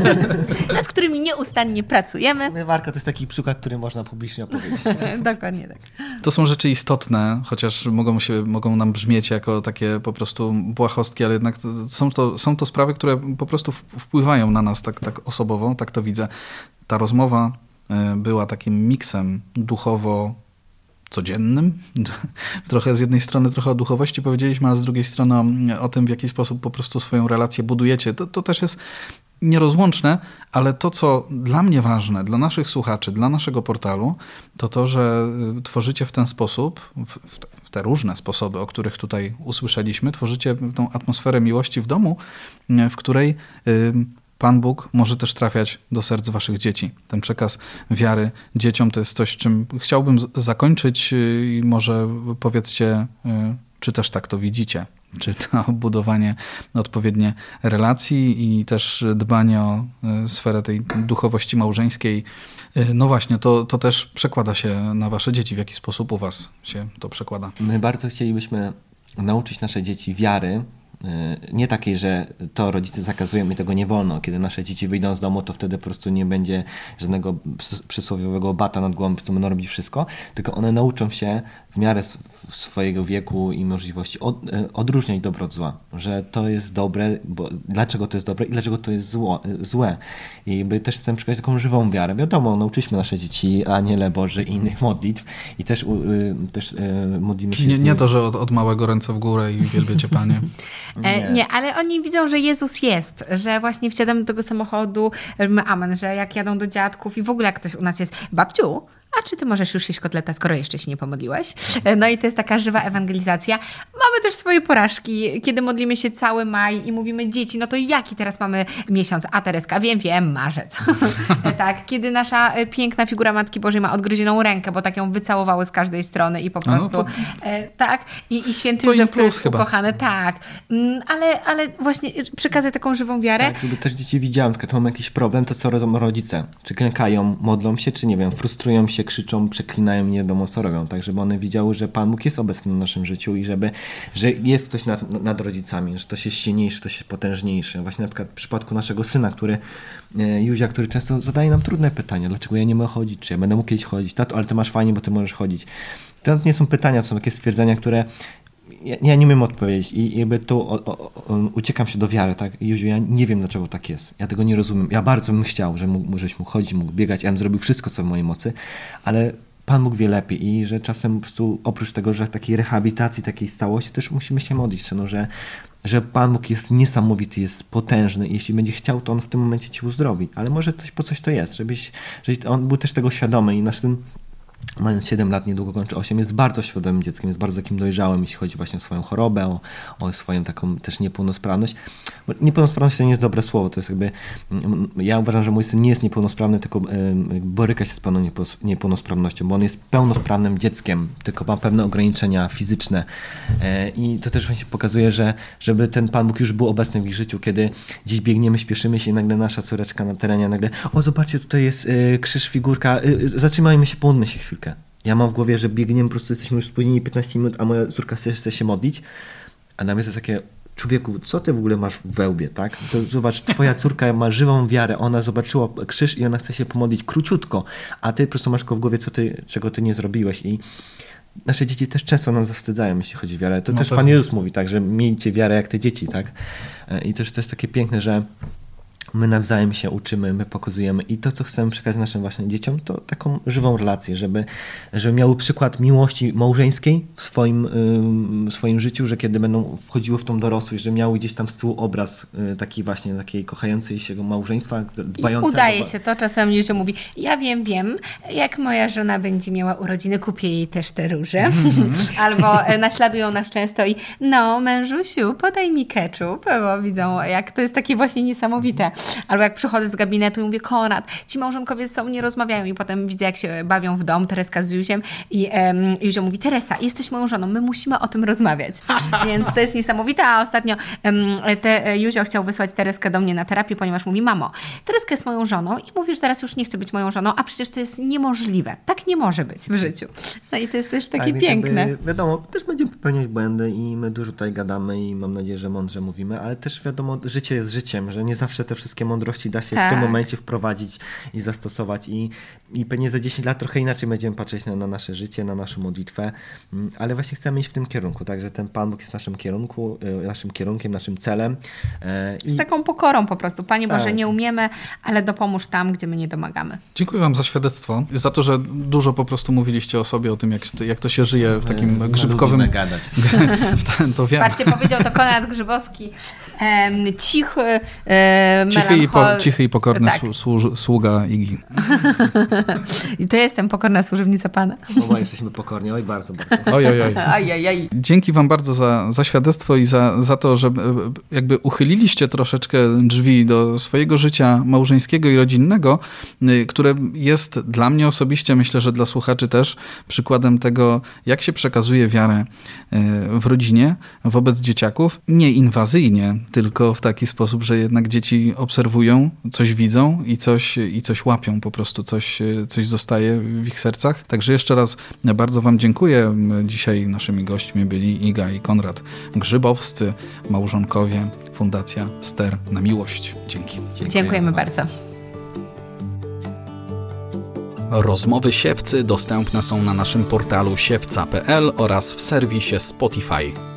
nad którymi nieustannie pracujemy. Zmywarka to jest taki przykład, który można publicznie opowiedzieć. Dokładnie tak. To są rzeczy istotne, chociaż mogą, się, mogą nam brzmieć jako takie po prostu błahostki, ale jednak to, są, to, są to sprawy, które po prostu wpływają na nas tak, tak osobowo, tak to widzę. Ta rozmowa była takim miksem duchowo codziennym. Trochę z jednej strony trochę o duchowości powiedzieliśmy, a z drugiej strony o, o tym, w jaki sposób po prostu swoją relację budujecie. To, to też jest nierozłączne, ale to, co dla mnie ważne, dla naszych słuchaczy, dla naszego portalu, to to, że tworzycie w ten sposób, w, w te różne sposoby, o których tutaj usłyszeliśmy, tworzycie tą atmosferę miłości w domu, w której y, Pan Bóg może też trafiać do serc waszych dzieci. Ten przekaz wiary dzieciom to jest coś, czym chciałbym z- zakończyć i może powiedzcie, y, czy też tak to widzicie. Czy to budowanie odpowiednie relacji i też dbanie o y, sferę tej duchowości małżeńskiej. Y, no właśnie, to, to też przekłada się na wasze dzieci. W jaki sposób u was się to przekłada? My bardzo chcielibyśmy nauczyć nasze dzieci wiary, nie takiej, że to rodzice zakazują i tego nie wolno. Kiedy nasze dzieci wyjdą z domu, to wtedy po prostu nie będzie żadnego przysłowiowego bata nad głową, co będą robić wszystko, tylko one nauczą się w miarę swojego wieku i możliwości od, odróżniać dobro od zła. Że to jest dobre, bo dlaczego to jest dobre i dlaczego to jest zło, złe. I by też chcę przekazać taką żywą wiarę. Wiadomo, nauczyliśmy nasze dzieci Aniele Boży i innych modlitw i też, też modlimy się nie, z nimi. Nie to, że od, od małego ręce w górę i wielbiecie Panie. Nie. nie, ale oni widzą, że Jezus jest, że właśnie wsiadamy do tego samochodu, robimy amen, że jak jadą do dziadków i w ogóle jak ktoś u nas jest, babciu, a czy ty możesz już jeść kotleta, skoro jeszcze się nie pomodliłeś? No i to jest taka żywa ewangelizacja. Mamy też swoje porażki, kiedy modlimy się cały maj i mówimy, dzieci, no to jaki teraz mamy miesiąc? A Tereska, wiem, wiem, marzec. Tak, kiedy nasza piękna figura Matki Bożej ma odgryzioną rękę, bo tak ją wycałowały z każdej strony i po prostu, no to, e, tak, i, i święty Józef, który jest ukochany, tak, ale, ale właśnie przekazać taką żywą wiarę. Tak, żeby też dzieci widziały, na przykład mamy jakiś problem, to co robią rodzice? Czy klękają, modlą się, czy nie wiem, frustrują się, krzyczą, przeklinają, nie wiadomo co robią, tak żeby one widziały, że Pan Bóg jest obecny w naszym życiu i żeby, że jest ktoś nad, nad rodzicami, że ktoś jest silniejszy, ktoś jest potężniejszy. Właśnie na przykład w przypadku naszego syna, który, Józia, który często zadaje nam trudne pytania, dlaczego ja nie mogę chodzić, czy ja będę mógł kiedyś chodzić, tato, ale ty masz fajnie, bo ty możesz chodzić. To nie są pytania, to są takie stwierdzenia, które ja, ja nie umiem odpowiedzieć i jakby tu o, o, o, uciekam się do wiary, tak? Józiu, ja nie wiem, dlaczego tak jest. Ja tego nie rozumiem. Ja bardzo bym chciał, że mógł, żebyś mógł chodzić, mógł biegać, ja bym zrobił wszystko, co w mojej mocy, ale Pan Bóg wie lepiej i że czasem po prostu oprócz tego, że takiej rehabilitacji, takiej stałości, też musimy się modlić, synu, że, że Pan Bóg jest niesamowity, jest potężny i jeśli będzie chciał, to On w tym momencie ci uzdrowi. Ale może coś, po coś to jest, żebyś, żebyś On był też tego świadomy i nasz syn mając siedem lat, niedługo kończy osiem, jest bardzo świadomym dzieckiem, jest bardzo takim dojrzałym, jeśli chodzi właśnie o swoją chorobę, o, o swoją taką też niepełnosprawność. Bo niepełnosprawność to nie jest dobre słowo, to jest jakby, ja uważam, że mój syn nie jest niepełnosprawny, tylko y, boryka się z pewną niepełnosprawnością, bo on jest pełnosprawnym dzieckiem, tylko ma pewne ograniczenia fizyczne. Y, I to też właśnie pokazuje, że żeby ten Pan Bóg już był obecny w ich życiu, kiedy gdzieś biegniemy, śpieszymy się i nagle nasza córeczka na terenie, nagle, o zobaczcie, tutaj jest y, krzyż, figurka, y, zatrzymajmy się, pomódlmy się chwilkę. Ja mam w głowie, że biegniemy, po prostu jesteśmy już spóźnieni piętnaście minut, a moja córka chce, chce się modlić, a na mnie to jest takie, człowieku, co ty w ogóle masz w wełbie, tak? To zobacz, twoja córka ma żywą wiarę, ona zobaczyła krzyż i ona chce się pomodlić króciutko, a ty po prostu masz w głowie, co ty, czego ty nie zrobiłeś i nasze dzieci też często nas zawstydzają, jeśli chodzi o wiarę. To no też pewnie. Pan Jezus mówi, tak, że miejcie wiarę jak te dzieci, tak? I też to jest takie piękne, że my nawzajem się uczymy, my pokazujemy i to, co chcemy przekazać naszym właśnie dzieciom, to taką żywą relację, żeby, żeby miały przykład miłości małżeńskiej w swoim, w swoim życiu, że kiedy będą wchodziły w tą dorosłość, że miały gdzieś tam z tyłu obraz taki właśnie takiej kochającej się małżeństwa, dbającego. I udaje się to, czasem Józio mówi, ja wiem, wiem, jak moja żona będzie miała urodziny, kupię jej też te róże. Albo naśladują nas często i no mężusiu, podaj mi ketchup, bo widzą, jak to jest takie właśnie niesamowite. Albo jak przychodzę z gabinetu i mówię, Konrad, ci małżonkowie ze sobą nie rozmawiają i potem widzę, jak się bawią w dom, Tereska z Józiem i um, Józio mówi, Teresa, jesteś moją żoną, my musimy o tym rozmawiać. Więc to jest niesamowite, a ostatnio um, te, Józio chciał wysłać Tereskę do mnie na terapię, ponieważ mówi, mamo, Tereska jest moją żoną i mówisz, teraz już nie chce być moją żoną, a przecież to jest niemożliwe. Tak nie może być w życiu. No i to jest też takie tak, piękne. Jakby, wiadomo, też będziemy popełniać błędy i my dużo tutaj gadamy i mam nadzieję, że mądrze mówimy, ale też wiadomo, życie jest życiem, że nie zawsze te wszystkie mądrości da się tak. w tym momencie wprowadzić i zastosować i, i pewnie za dziesięć lat trochę inaczej będziemy patrzeć na, na nasze życie, na naszą modlitwę, ale właśnie chcemy iść w tym kierunku, także ten Pan Bóg jest naszym kierunku, naszym kierunkiem, naszym celem. I... Z taką pokorą po prostu. Panie tak. Boże, nie umiemy, ale dopomóż tam, gdzie my nie domagamy. Dziękuję wam za świadectwo, za to, że dużo po prostu mówiliście o sobie, o tym, jak, jak to się żyje w takim my, grzybkowym... My gadać. to wiem. Patrzcie, powiedział to Konrad Grzybowski, um, cichy, um, Cichy i, po, cichy i pokorny tak. słu, sługa Igi. I to jestem pokorna służebnica Pana. Oba jesteśmy pokorni, oj bardzo, bardzo. Oj, oj, oj. Aj, aj, aj. Dzięki wam bardzo za, za świadectwo i za, za to, że jakby uchyliliście troszeczkę drzwi do swojego życia małżeńskiego i rodzinnego, które jest dla mnie osobiście, myślę, że dla słuchaczy też, przykładem tego, jak się przekazuje wiarę w rodzinie wobec dzieciaków. Nie inwazyjnie, tylko w taki sposób, że jednak dzieci obserwują, coś widzą i coś, i coś łapią, po prostu coś, coś zostaje w ich sercach. Także jeszcze raz bardzo wam dziękuję. Dzisiaj naszymi gośćmi byli Iga i Konrad Grzybowscy, małżonkowie, Fundacja Ster na Miłość. Dzięki. Dziękujemy, Dziękujemy bardzo. Rozmowy Siewcy dostępne są na naszym portalu siewca kropka p l oraz w serwisie Spotify.